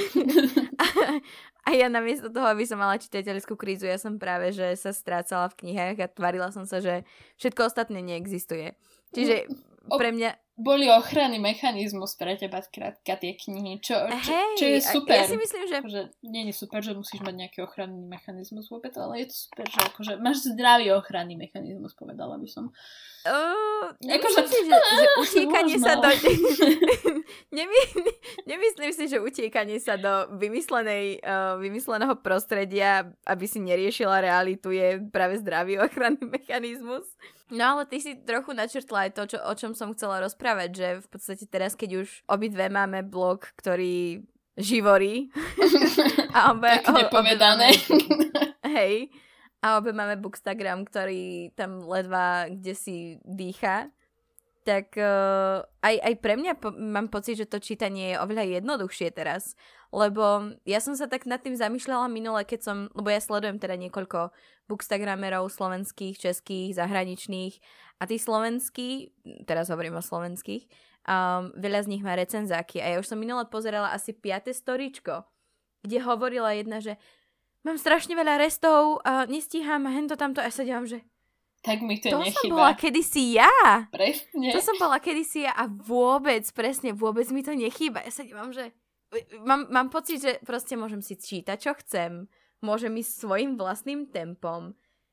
A ja namiesto toho, aby som mala čitateľskú krízu, ja som práve, že sa strácala v knihách a tvarila som sa, že všetko ostatné neexistuje. Čiže pre mňa... Boli ochranný mechanizmus pre teba skrátka tie knihy, čo je super. Ja si myslím, že... Akože, nie je super, že musíš mať nejaký ochranný mechanizmus vôbec, ale je to super, že akože máš zdravý ochranný mechanizmus, povedala by som. Nemyslím si, že utiekanie sa do... Nemyslím si, že utiekanie sa do vymysleného prostredia, aby si neriešila realitu, je práve zdravý ochranný mechanizmus. No ale ty si trochu načrtla aj to, o čom som chcela rozprávať, že v podstate teraz, keď už obidve máme blog, ktorý živorí. A Pekne povedané. Hej. A obe máme Bookstagram, ktorý tam ledva kde si dýcha. Tak aj pre mňa mám pocit, že to čítanie je oveľa jednoduchšie teraz. Lebo ja som sa tak nad tým zamýšľala minule, lebo ja sledujem teda niekoľko bookstagramerov slovenských, českých, zahraničných. A tí slovenskí, teraz hovorím o slovenských, veľa z nich má recenzáky. A ja už som minule pozerala asi 5. storíčko, kde hovorila jedna, že mám strašne veľa restov a nestíham a hento tamto. A ja sa dívam, že tak mi to nechýba. To som bola kedysi ja. Presne. To som bola kedysi ja a vôbec mi to nechýba. Ja sa dívam, že mám pocit, že proste môžem si čítať, čo chcem. Môžem ísť svojim vlastným tempom.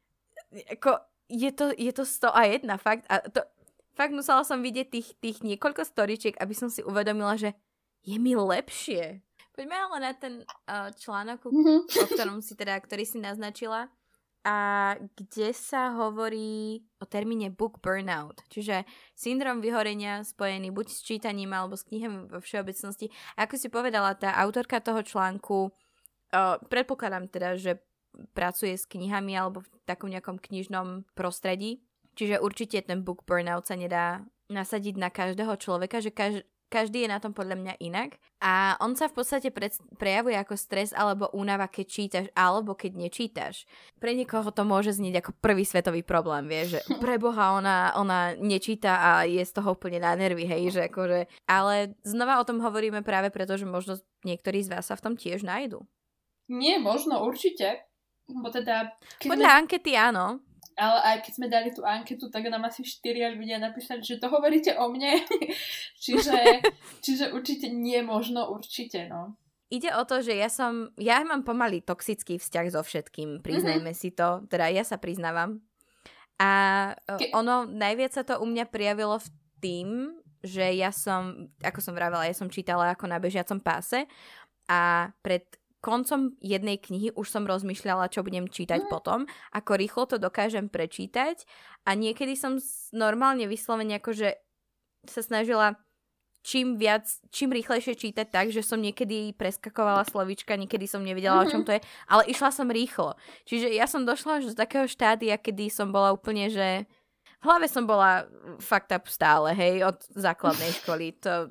Je to 101, fakt. A to, fakt musela som vidieť tých niekoľko storičiek, aby som si uvedomila, že je mi lepšie. Poďme ale na ten článok, o ktorom ktorý si naznačila. A kde sa hovorí o termíne book burnout, čiže syndrom vyhorenia spojený buď s čítaním alebo s knihami vo všeobecnosti. A ako si povedala, tá autorka toho článku, predpokladám teda, že pracuje s knihami alebo v takom nejakom knižnom prostredí, čiže určite ten book burnout sa nedá nasadiť na každého človeka, že každý je na tom podľa mňa inak. A on sa v podstate prejavuje ako stres alebo únava, keď čítaš alebo keď nečítaš. Pre niekoho to môže znieť ako prvý svetový problém, vieš, že preboha ona nečíta a je z toho úplne na nervy, hej, že akože. Ale znova o tom hovoríme práve preto, že možno niektorí z vás sa v tom tiež nájdu. Nie, možno, určite. Bo teda, podľa ankety áno. Ale aj keď sme dali tú anketu, tak nám asi 4 ľudia napísali, že to hovoríte o mne. čiže určite nie, možno určite, no. Ide o to, že ja mám pomaly toxický vzťah so všetkým, priznajme si to, teda ja sa priznávam. A najviac sa to u mňa prijavilo v tým, že ja som, ako som vravela, ja som čítala ako na bežiacom páse a pred koncom jednej knihy už som rozmýšľala, čo budem čítať potom, ako rýchlo to dokážem prečítať a niekedy som normálne vyslovene akože sa snažila čím rýchlejšie čítať tak, že som niekedy preskakovala slovíčka, niekedy som nevedela, o čom to je, ale išla som rýchlo. Čiže ja som došla až do takého štádia, kedy som bola úplne, že v hlave som bola fucked up stále, hej, od základnej školy. To...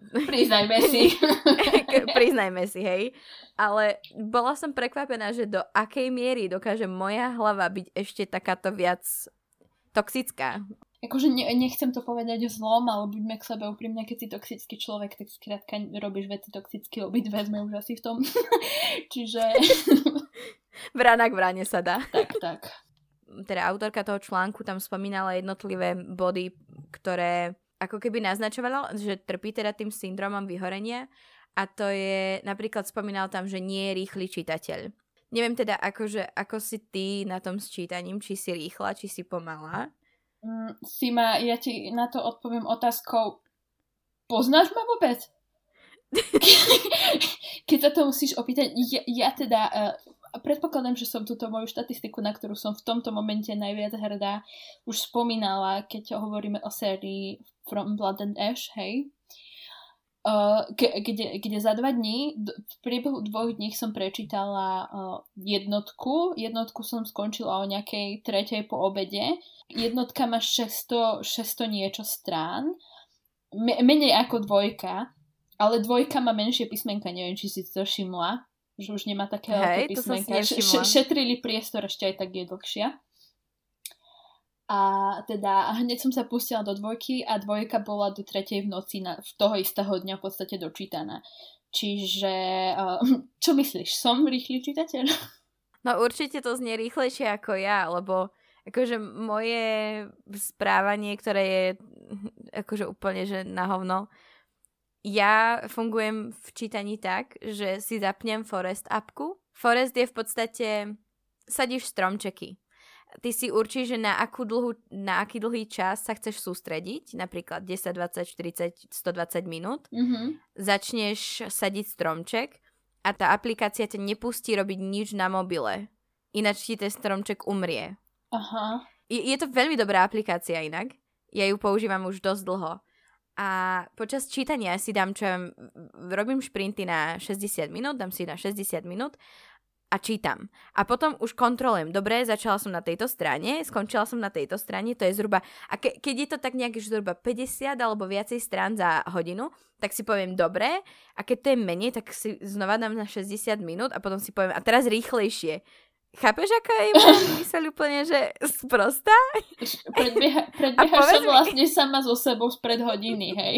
Priznajme si, hej. Ale bola som prekvapená, že do akej miery dokáže moja hlava byť ešte takáto viac toxická. Akože nechcem to povedať zlom, ale buďme k sebe úprimne, keď si toxický človek, tak skrátka robíš veci toxicky, obidve sme už asi v tom. Čiže... Vrana k vrane sa dá. Tak. Teda autorka toho článku tam spomínala jednotlivé body, ktoré ako keby naznačovala, že trpí teda tým syndromom vyhorenia a to je, napríklad spomínal tam, že nie je rýchly čitateľ. Neviem teda, ako si ty na tom s čítaním, či si rýchla, či si pomalá. Sima, ja ti na to odpoviem otázkou, poznáš ma vôbec? Keď sa to musíš opýtať, ja teda... predpokladám, že som túto moju štatistiku, na ktorú som v tomto momente najviac hrdá, už spomínala, keď hovoríme o sérii From Blood and Ash, hej? Kde za 2 dní, v priebehu 2 dní som prečítala jednotku. Jednotku som skončila o nejakej 3:00 po obede. Jednotka má 600 niečo strán. Menej ako 2, ale 2 má menšie písmenka, neviem, či si to všimla. Že už nemá také veľké písmenka. Šetrili priestor, ešte aj tak je dlhšia. A teda hneď som sa pustila do 2 a 2 bola do 3:00 v noci v toho istého dňa v podstate dočítaná. Čiže čo myslíš? Som rýchly čitateľ? No určite to znie rýchlejšie ako ja, lebo akože moje správanie, ktoré je akože úplne že na hovno, ja fungujem v čítaní tak, že si zapnem Forest appku. Forest je v podstate, sadíš stromčeky. Ty si určíš, že na aký dlhý čas sa chceš sústrediť, napríklad 10, 20, 40, 120 minút. Začneš sadiť stromček a tá aplikácia ťa nepustí robiť nič na mobile. Ináč ti ten stromček umrie. Aha. Je to veľmi dobrá aplikácia inak. Ja ju používam už dosť dlho. A počas čítania si dám, robím šprinty na 60 minút, dám si na 60 minút a čítam. A potom už kontrolujem. Dobre, začala som na tejto strane, skončila som na tejto strane, to je zhruba... A keď je to tak nejaké zhruba 50 alebo viacej strán za hodinu, tak si poviem dobre. A keď to je menej, tak si znova dám na 60 minút a potom si poviem a teraz rýchlejšie. Chápeš, aká je moja myseľ úplne, že sprostá? Predbiehaš sa vlastne sama so sebou spred hodiny, hej?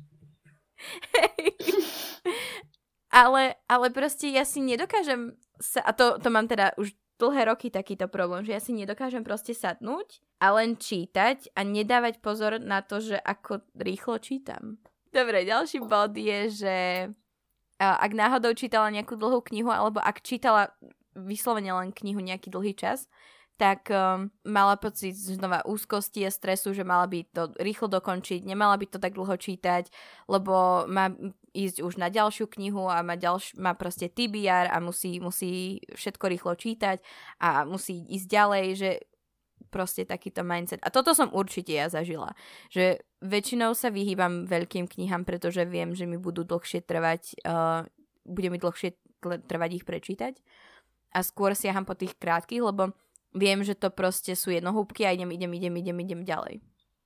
Ale proste ja si nedokážem a to mám teda už dlhé roky takýto problém, že ja si nedokážem proste sadnúť a len čítať a nedávať pozor na to, že ako rýchlo čítam. Dobre, ďalší bod je, že ak náhodou čítala nejakú dlhú knihu alebo ak čítala vyslovene len knihu nejaký dlhý čas, tak mala pocit znova úzkosti a stresu, že mala by to rýchlo dokončiť, nemala by to tak dlho čítať, lebo má ísť už na ďalšiu knihu a má proste TBR a musí všetko rýchlo čítať a musí ísť ďalej, že proste takýto mindset. A toto som určite ja zažila, že väčšinou sa vyhýbam veľkým knihám, pretože viem, že mi budú dlhšie trvať, bude mi dlhšie trvať ich prečítať. A skôr siaham po tých krátkych, lebo viem, že to proste sú jednohúbky a idem ďalej.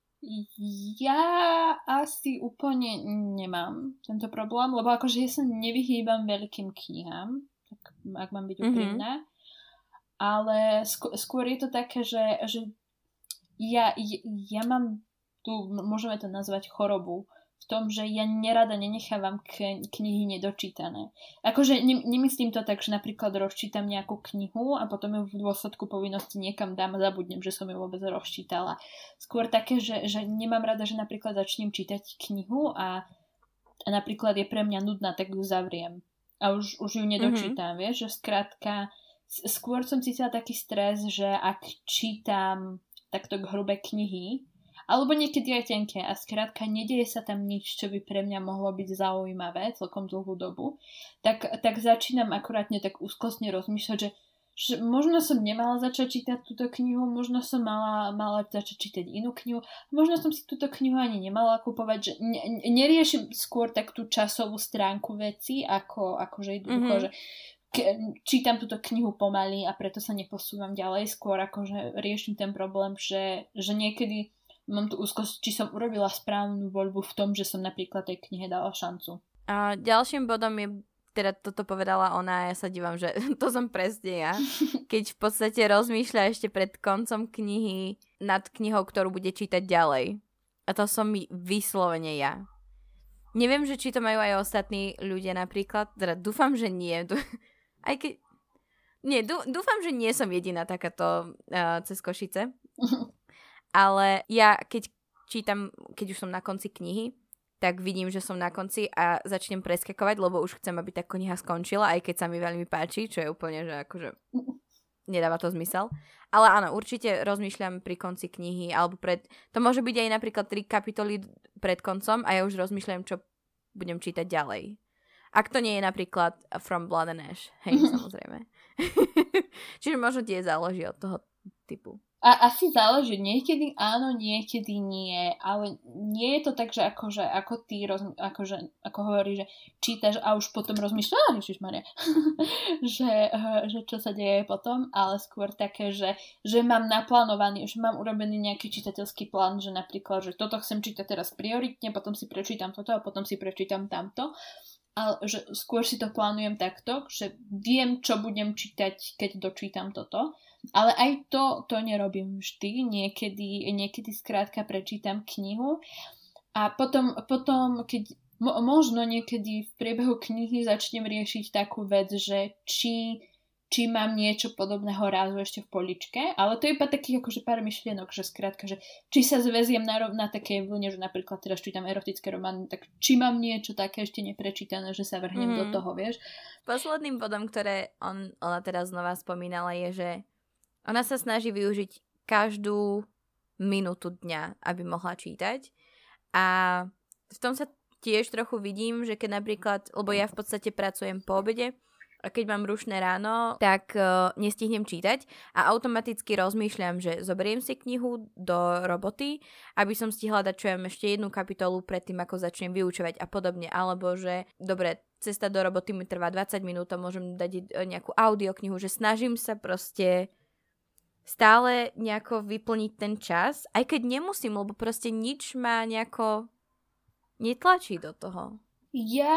Ja asi úplne nemám tento problém, lebo akože ja sa nevyhýbam veľkým knihám, tak ak mám byť úprimná, ale skôr je to také, že ja mám tu, môžeme to nazvať chorobu, v tom, že ja nerada nenechávam knihy nedočítané. Akože nemyslím to tak, že napríklad rozčítam nejakú knihu a potom ju v dôsledku povinnosti niekam dám a zabudnem, že som ju vôbec rozčítala. Skôr také, že nemám rada, že napríklad začnem čítať knihu a napríklad je pre mňa nudná, tak ju zavriem. A už ju nedočítam, vieš, že skrátka skôr som cítila taký stres, že ak čítam takto hrubé knihy, alebo niekedy aj tenké a skrátka nedieje sa tam nič, čo by pre mňa mohlo byť zaujímavé celkom dlhú dobu, tak začínam akurátne tak úzkostne rozmýšľať, že možno som nemala začať čítať túto knihu, možno som mala začať čítať inú knihu, možno som si túto knihu ani nemala kupovať, že neriešim skôr tak tú časovú stránku veci, akože jednoducho, že čítam túto knihu pomaly a preto sa neposúvam ďalej, skôr akože riešim ten problém, že niekedy mám tu úzkosť, či som urobila správnu voľbu v tom, že som napríklad tej knihe dala šancu. A ďalším bodom je, teda toto povedala ona a ja sa dívam, že to som presne ja. Keď v podstate rozmýšľa ešte pred koncom knihy nad knihou, ktorú bude čítať ďalej. A to som vyslovene ja. Neviem, že či to majú aj ostatní ľudia napríklad. Teda dúfam, že nie. Aj keď... Nie, dúfam, že nie som jediná takáto cez Košice. Ale ja keď čítam, keď už som na konci knihy, tak vidím, že som na konci a začnem preskakovať, lebo už chcem, aby tá kniha skončila, aj keď sa mi veľmi páči, čo je úplne, že akože nedáva to zmysel. Ale áno, určite rozmýšľam pri konci knihy, alebo to môže byť aj napríklad 3 kapitoly pred koncom a ja už rozmýšľam, čo budem čítať ďalej. Ak to nie je napríklad From Blood and Ash, hej, samozrejme. Čiže možno tie záleží od toho typu. A asi záleží, niekedy áno, niekedy nie, ale nie je to tak, že ako ty, ako hovoríš, že čítaš a už potom rozmýšľaš, Ježišmaria, že čo sa deje potom, ale skôr také, že mám naplánovaný, že mám urobený nejaký čitateľský plán, že napríklad, že toto chcem čítať teraz prioritne, potom si prečítam toto a potom si prečítam tamto. Ale že skôr si to plánujem takto, že viem, čo budem čítať, keď dočítam toto. Ale aj to nerobím vždy. Niekedy skrátka prečítam knihu a potom keď možno niekedy v priebehu knihy začnem riešiť takú vec, že či mám niečo podobného rázu ešte v poličke, ale to je iba takých akože pár myšlienok, že skrátka, že či sa zväziem na takej vlne, že napríklad teraz čítam erotické romány, tak či mám niečo také ešte neprečítané, že sa vrhnem do toho, vieš. Posledným bodom, ktoré ona teraz znova spomínala, je, že ona sa snaží využiť každú minútu dňa, aby mohla čítať. A v tom sa tiež trochu vidím, že keď napríklad, lebo ja v podstate pracujem po obede, keď mám rušné ráno, tak nestihnem čítať a automaticky rozmýšľam, že zoberiem si knihu do roboty, aby som stihla dať ešte jednu kapitolu predtým, ako začnem vyučovať a podobne. Alebo že, dobre, cesta do roboty mi trvá 20 minút a môžem dať nejakú audioknihu, že snažím sa proste stále nejako vyplniť ten čas, aj keď nemusím, lebo proste nič ma nejako netlačí do toho. Ja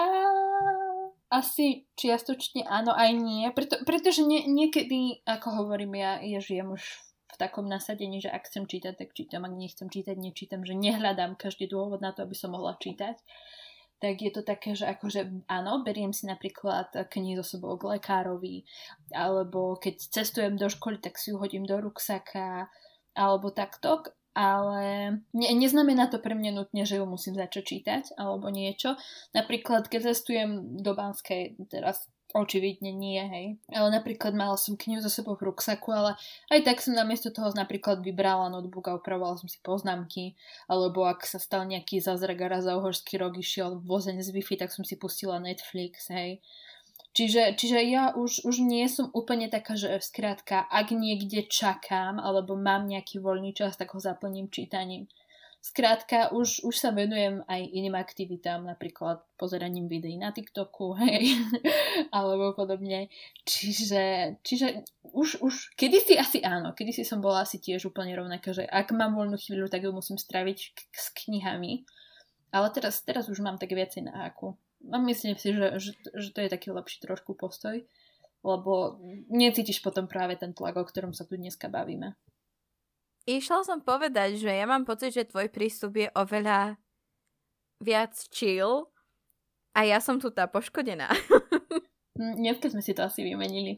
asi čiastočne áno, aj nie, pretože niekedy, ako hovorím, ja žijem už v takom nasadení, že ak chcem čítať, tak čítam, ak nechcem čítať, nečítam, že nehľadám každý dôvod na to, aby som mohla čítať. Tak je to také, že akože áno, beriem si napríklad knihy so sebou k lekárovi, alebo keď cestujem do školy, tak si ju hodím do ruksaka, alebo takto, ale neznamená to pre mňa nutne, že ju musím začať čítať, alebo niečo. Napríklad, keď cestujem do Banskej, teraz očividne nie, hej. Ale napríklad mala som knihu so sebou v ruksaku, ale aj tak som namiesto toho napríklad vybrala notebook a upravovala som si poznámky, alebo ak sa stal nejaký zázrak a raz za uhorský rok išiel vozeň z Wi-Fi, tak som si pustila Netflix, hej. Čiže ja už nie som úplne taká, že skrátka, ak niekde čakám, alebo mám nejaký voľný čas, tak ho zaplním čítaním. Skrátka, už sa venujem aj iným aktivitám, napríklad pozeraním videí na TikToku, hej, alebo podobne. Čiže už kedysi asi áno, kedysi som bola asi tiež úplne rovnaká, že ak mám voľnú chvíľu, tak ju musím straviť s knihami. Ale teraz už mám tak viacej na háku. A myslím si, že to je taký lepší trošku postoj, lebo necítiš potom práve ten tlak, o ktorom sa tu dneska bavíme. Išla som povedať, že ja mám pocit, že tvoj prístup je oveľa viac chill a ja som tu tá poškodená. Dneska sme si to asi vymenili.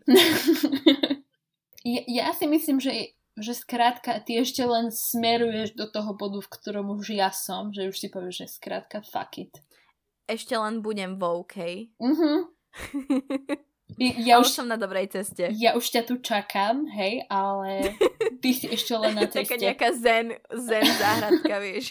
Ja si myslím, že skrátka ty ešte len smeruješ do toho bodu, v ktorom už ja som, že už si povieš, že skrátka fuck it. Ešte len budem v OK. Ja už som na dobrej ceste. Ja už ťa tu čakám, hej, ale ty si ešte len na ceste. Taká nejaká zen záhradka, vieš.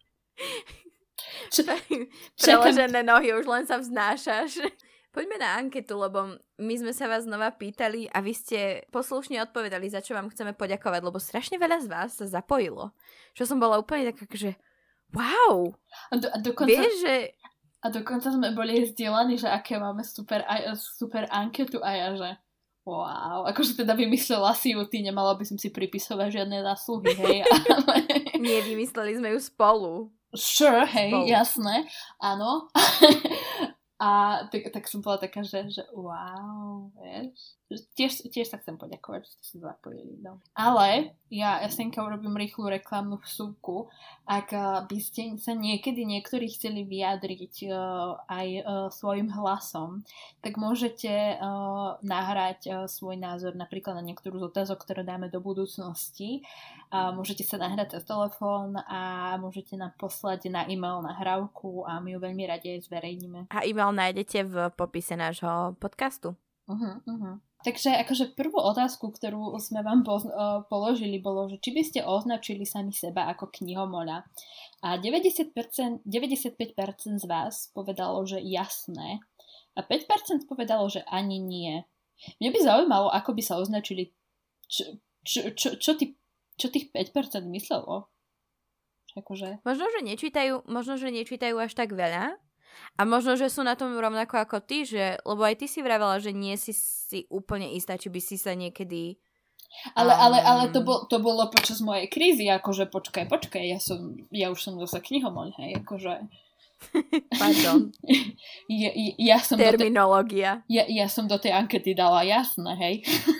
Preložené nohy, už len sa vznášaš. Poďme na anketu, lebo my sme sa vás znova pýtali a vy ste poslušne odpovedali, za čo vám chceme poďakovať, lebo strašne veľa z vás sa zapojilo. Čo som bola úplne taká, že wow! Vieš, že... A dokonca sme boli zdieľaní, že aké máme super anketu a ja, že wow, akože teda vymyslela si ju, ty nemala by som si pripisovať žiadne zásluhy, hej. Ale... Nie, vymysleli sme ju spolu. Sure, hej, spolu. Jasné, áno. A tak som bola taká, že wow, vieš. Tiež sa chcem poďakovať, že ste sa zapojili. No. Ale ja Senka urobím rýchlu reklamnú vsúvku. Ak by ste sa niektorí chceli vyjadriť aj svojim hlasom, tak môžete nahrať svoj názor napríklad na niektorú z otázok, ktoré dáme do budúcnosti. Môžete sa nahrať cez telefón a môžete nám poslať na e-mail nahrávku a my ju veľmi radi aj zverejníme. A e-mail nájdete v popise nášho podcastu. Takže akože prvú otázku, ktorú sme vám položili, bolo, že či by ste označili sami seba ako knihomoľa. A 95% z vás povedalo, že jasné. A 5% povedalo, že ani nie. Mňa by zaujímalo, ako by sa označili, čo tých 5% myslelo. Akože... Možno, že nečítajú až tak veľa. A možno, že sú na tom rovnako ako ty, lebo aj ty si vravela, že nie si úplne istá, či by si sa niekedy... Ale to bolo počas mojej krízy, akože počkaj, ja už som zase knihomoľ, hej, akože... Pardon. Terminológia. Ja som do tej ankety dala jasné, hej.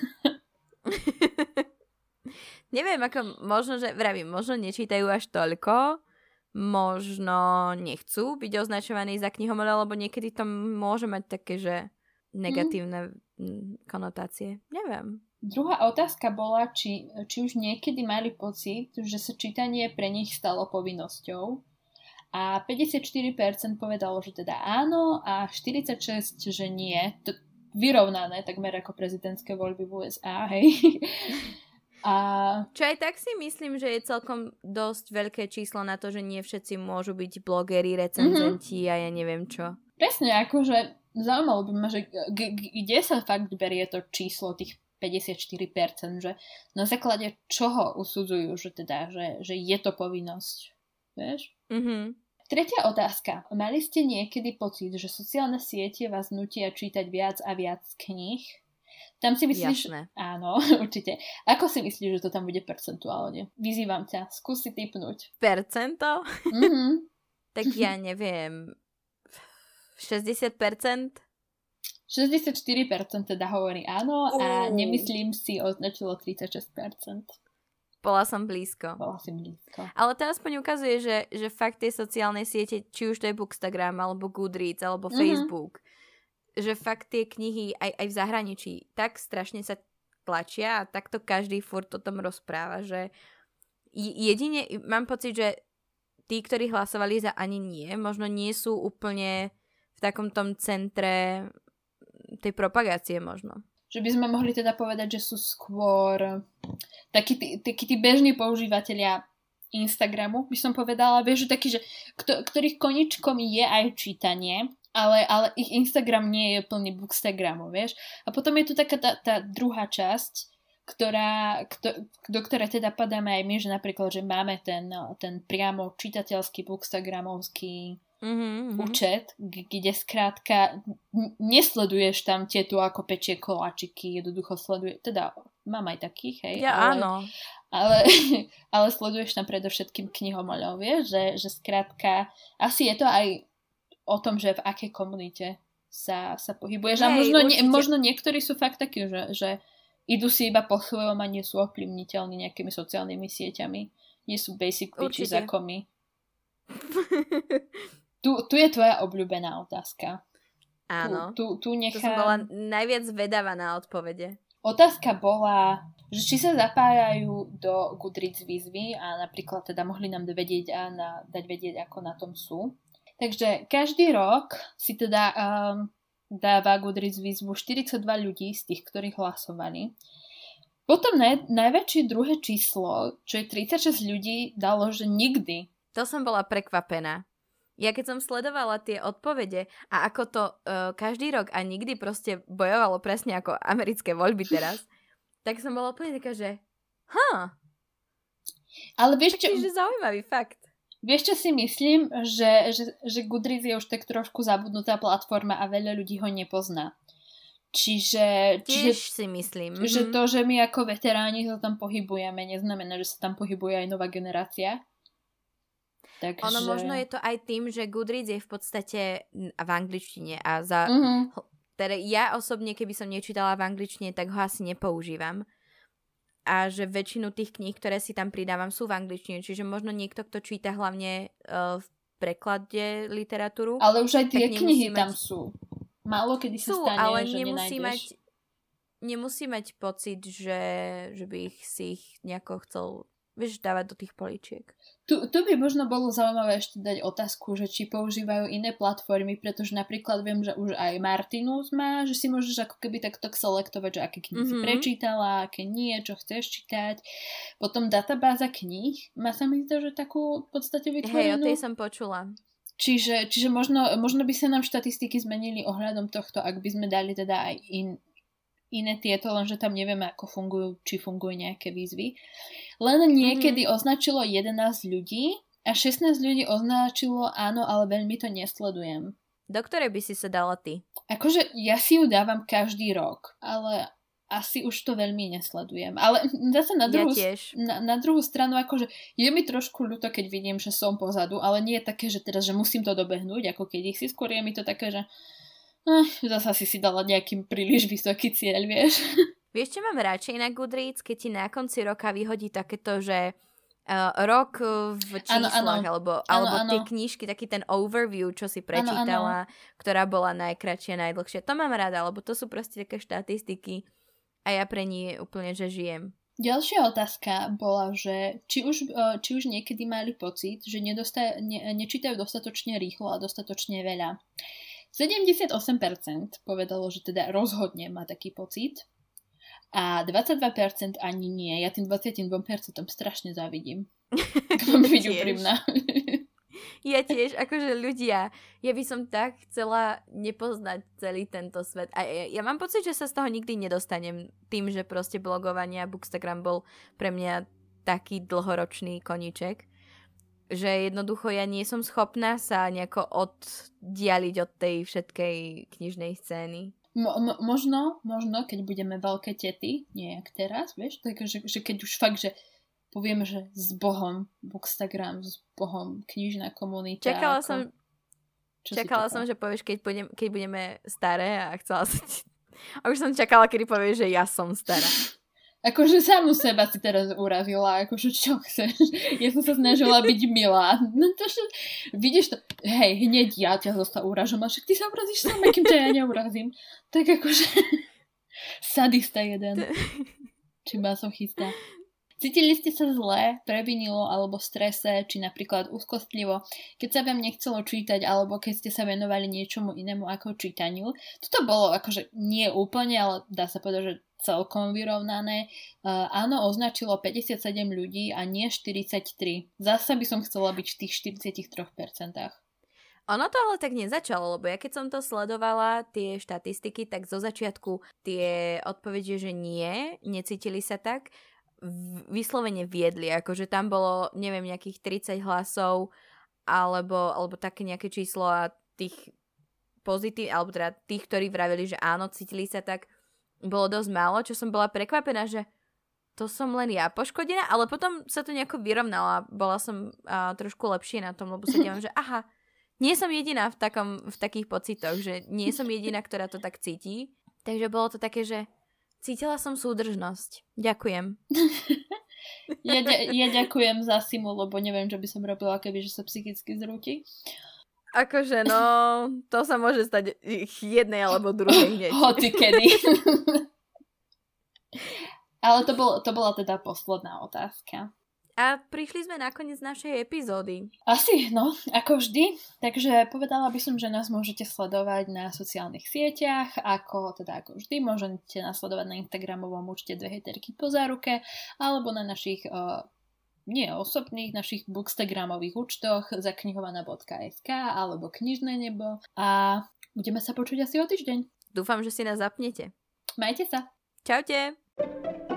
Neviem, ako možno nečítajú až toľko, možno nechcú byť označovaní za knihomoľa, lebo niekedy to môže mať také, že negatívne konotácie. Neviem. Druhá otázka bola, či už niekedy mali pocit, že sa čítanie pre nich stalo povinnosťou. A 54% povedalo, že teda áno a 46% že nie. To vyrovnané takmer ako prezidentské voľby v USA, hej. Čo aj tak si myslím, že je celkom dosť veľké číslo na to, že nie všetci môžu byť blogeri, recenzenti a ja neviem čo. Presne, akože zaujímalo by ma, že kde sa fakt berie to číslo tých 54%, že na základe čoho usudzujú, že teda, že je to povinnosť. Vieš? Mhm. Tretia otázka. Mali ste niekedy pocit, že sociálne siete vás nutia čítať viac a viac kníh? Tam si myslíš... Jasné. Áno, určite. Ako si myslíš, že to tam bude percentuálne? Vyzývam ťa, skús si tipnúť. Percento? Mhm. Tak ja neviem. 60%? 64% teda hovorí áno a nemyslím si označilo 36%. Bola som blízko. Ale to aspoň ukazuje, že fakt tie sociálne siete, či už to je Bookstagram, alebo Goodreads, alebo Facebook, že fakt tie knihy aj v zahraničí tak strašne sa tlačia a takto každý furt o tom rozpráva, že jedine mám pocit, že tí, ktorí hlasovali za ani nie, možno nie sú úplne v takom tom centre tej propagácie možno. Že by sme mohli teda povedať, že sú skôr takí tí bežní používateľia Instagramu, by som povedala, vieš, že takí, že ktorých koničkom je aj čítanie, ale ich Instagram nie je plný Bookstagramu, vieš. A potom je tu taká tá druhá časť, do ktorej teda padáme aj my, že napríklad, že máme ten priamo čitateľský bookstagramovský účet, kde skrátka nesleduješ tam tieto ako pečie koláčiky, jednoducho sleduje, teda mám aj takých, hej. Ja áno. Ale sleduješ tam predovšetkým knihomolov, vieš, že skrátka asi je to aj o tom, že v akej komunite sa pohybuješ. A možno niektorí sú fakt takí, že idú si iba po svojom a nie sú ovplyvniteľní nejakými sociálnymi sieťami. Nie sú basic bitches ako my. Tu je tvoja obľúbená otázka. Áno. Tu nechám... To som bola najviac vedavá na odpovede. Otázka bola, že či sa zapájajú do Goodreads výzvy a napríklad teda mohli nám vedieť dať vedieť, ako na tom sú. Takže každý rok si teda dáva Goodreads výzvu 42 ľudí z tých, ktorí hlasovali. Potom najväčšie druhé číslo, čo je 36 ľudí, dalo, že nikdy. To som bola prekvapená. Ja keď som sledovala tie odpovede a ako to každý rok a nikdy proste bojovalo presne ako americké voľby teraz, tak som bola úplne taká, že ale vieš čo... Takže zaujímavý fakt. Vieš čo si myslím, že Goodreads je už tak trošku zabudnutá platforma a veľa ľudí ho nepozná. Čiže si myslím. Že to, že my ako veteráni sa tam pohybujeme, neznamená, že sa tam pohybuje aj nová generácia. Takže... Ono možno je to aj tým, že Goodreads je v podstate v angličtine a teda ja osobne, keby som nečítala v angličtine, tak ho asi nepoužívam. A že väčšinu tých kníh, ktoré si tam pridávam, sú v angličtine. Čiže možno niekto, kto číta hlavne v preklade literatúru. Ale už aj tie knihy tam sú. Málo kedy sa stane, ale že nenájdeš. Nemusí mať pocit, že by si ich nejako chcel dávať do tých políčiek. Tu by možno bolo zaujímavé ešte dať otázku, že či používajú iné platformy, pretože napríklad viem, že už aj Martinus má, že si môžeš ako keby takto selektovať, že aké knihy si prečítala, aké nie, čo chceš čítať. Potom databáza kníh má sa mi zdá, že takú v podstate vytvorenú. Hej, o tej som počula. Čiže možno by sa nám štatistiky zmenili ohľadom tohto, ak by sme dali teda aj iné tieto, lenže tam nevieme, ako fungujú, či fungujú nejaké výzvy. Len niekedy označilo 11 ľudí a 16 ľudí označilo áno, ale veľmi to nesledujem. Do ktorej by si sa dala ty? Akože ja si ju dávam každý rok, ale asi už to veľmi nesledujem. Ale zase na druhú stranu, akože je mi trošku ľúto, keď vidím, že som pozadu, ale nie je také, že teraz, že musím to dobehnúť, ako keď si skôr je mi to také, že zasa si dala nejakým príliš vysoký cieľ, vieš. Vieš, čo mám radšej na Goodreads, keď ti na konci roka vyhodí takéto, že rok v číslach, alebo tie knižky, taký ten overview, čo si prečítala, ktorá bola najkratšia, najdlhšia. To mám rada, lebo to sú proste také štatistiky a ja pre nie úplne, že žijem. Ďalšia otázka bola, že či už niekedy mali pocit, že nečítajú dostatočne rýchlo a dostatočne veľa. 78% povedalo, že teda rozhodne má taký pocit a 22% ani nie. Ja tým 22% strašne závidím. Ak mám byť úprimná. Ja tiež, akože ľudia, ja by som tak chcela nepoznať celý tento svet. A ja mám pocit, že sa z toho nikdy nedostanem tým, že proste blogovanie a Bookstagram bol pre mňa taký dlhoročný koníček, že jednoducho ja nie som schopná sa nejako oddialiť od tej všetkej knižnej scény. Možno, keď budeme veľké tety, nie jak teraz, vieš, takže že keď už fakt, že povieme, že s Bohom Bookstagram, s Bohom knižná komunita. Čakala som, že povieš, keď budeme staré a chcela som a už som čakala, kedy povieš, že ja som stará. Akože samu seba si teraz urazila, akože čo chceš? Ja som sa snažila byť milá. No to, že vidíš to, hej, hneď ja ťa zostal uražom, a však ty sa urazíš sama, kým ťa ja neurazím. Tak akože sadista jeden. Či masochista. Cítili ste sa zle, previnilo alebo v strese, či napríklad úzkostlivo, keď sa vám nechcelo čítať, alebo keď ste sa venovali niečomu inému ako čítaniu. Toto bolo akože nie úplne, ale dá sa povedať, že celkom vyrovnané. Áno, označilo 57 ľudí a nie 43. Zasa by som chcela byť v tých 43%. Ono to ale tak nezačalo, lebo ja keď som to sledovala, tie štatistiky, tak zo začiatku tie odpovede, že nie, necítili sa tak, vyslovene viedli, akože tam bolo, neviem, nejakých 30 hlasov alebo také nejaké číslo a tých alebo teda tých, ktorí vravili, že áno, cítili sa tak, bolo dosť málo, čo som bola prekvapená, že to som len ja poškodená, ale potom sa to nejako vyrovnala, bola som trošku lepšie na tom, lebo sa dívam, že aha, nie som jediná v takých pocitoch, že nie som jediná, ktorá to tak cíti, takže bolo to také, že cítila som súdržnosť. Ďakujem. Ja ďakujem za Simu, lebo neviem, čo by som robila, keby že sa psychicky zrúti. Akože no, to sa môže stať jednej alebo druhej hneď. Hoci kedy. Ale to bola teda posledná otázka. A prišli sme na koniec našej epizódy. Asi, no, ako vždy. Takže povedala by som, že nás môžete sledovať na sociálnych sieťach, ako vždy. Môžete nás sledovať na Instagramovom účte Dve hejterky po záruke, alebo na našich osobných, našich bookstagramových účtoch zaknihovaná.sk alebo Knižné nebo. A budeme sa počuť asi o týždeň. Dúfam, že si nás zapnete. Majte sa. Čaute.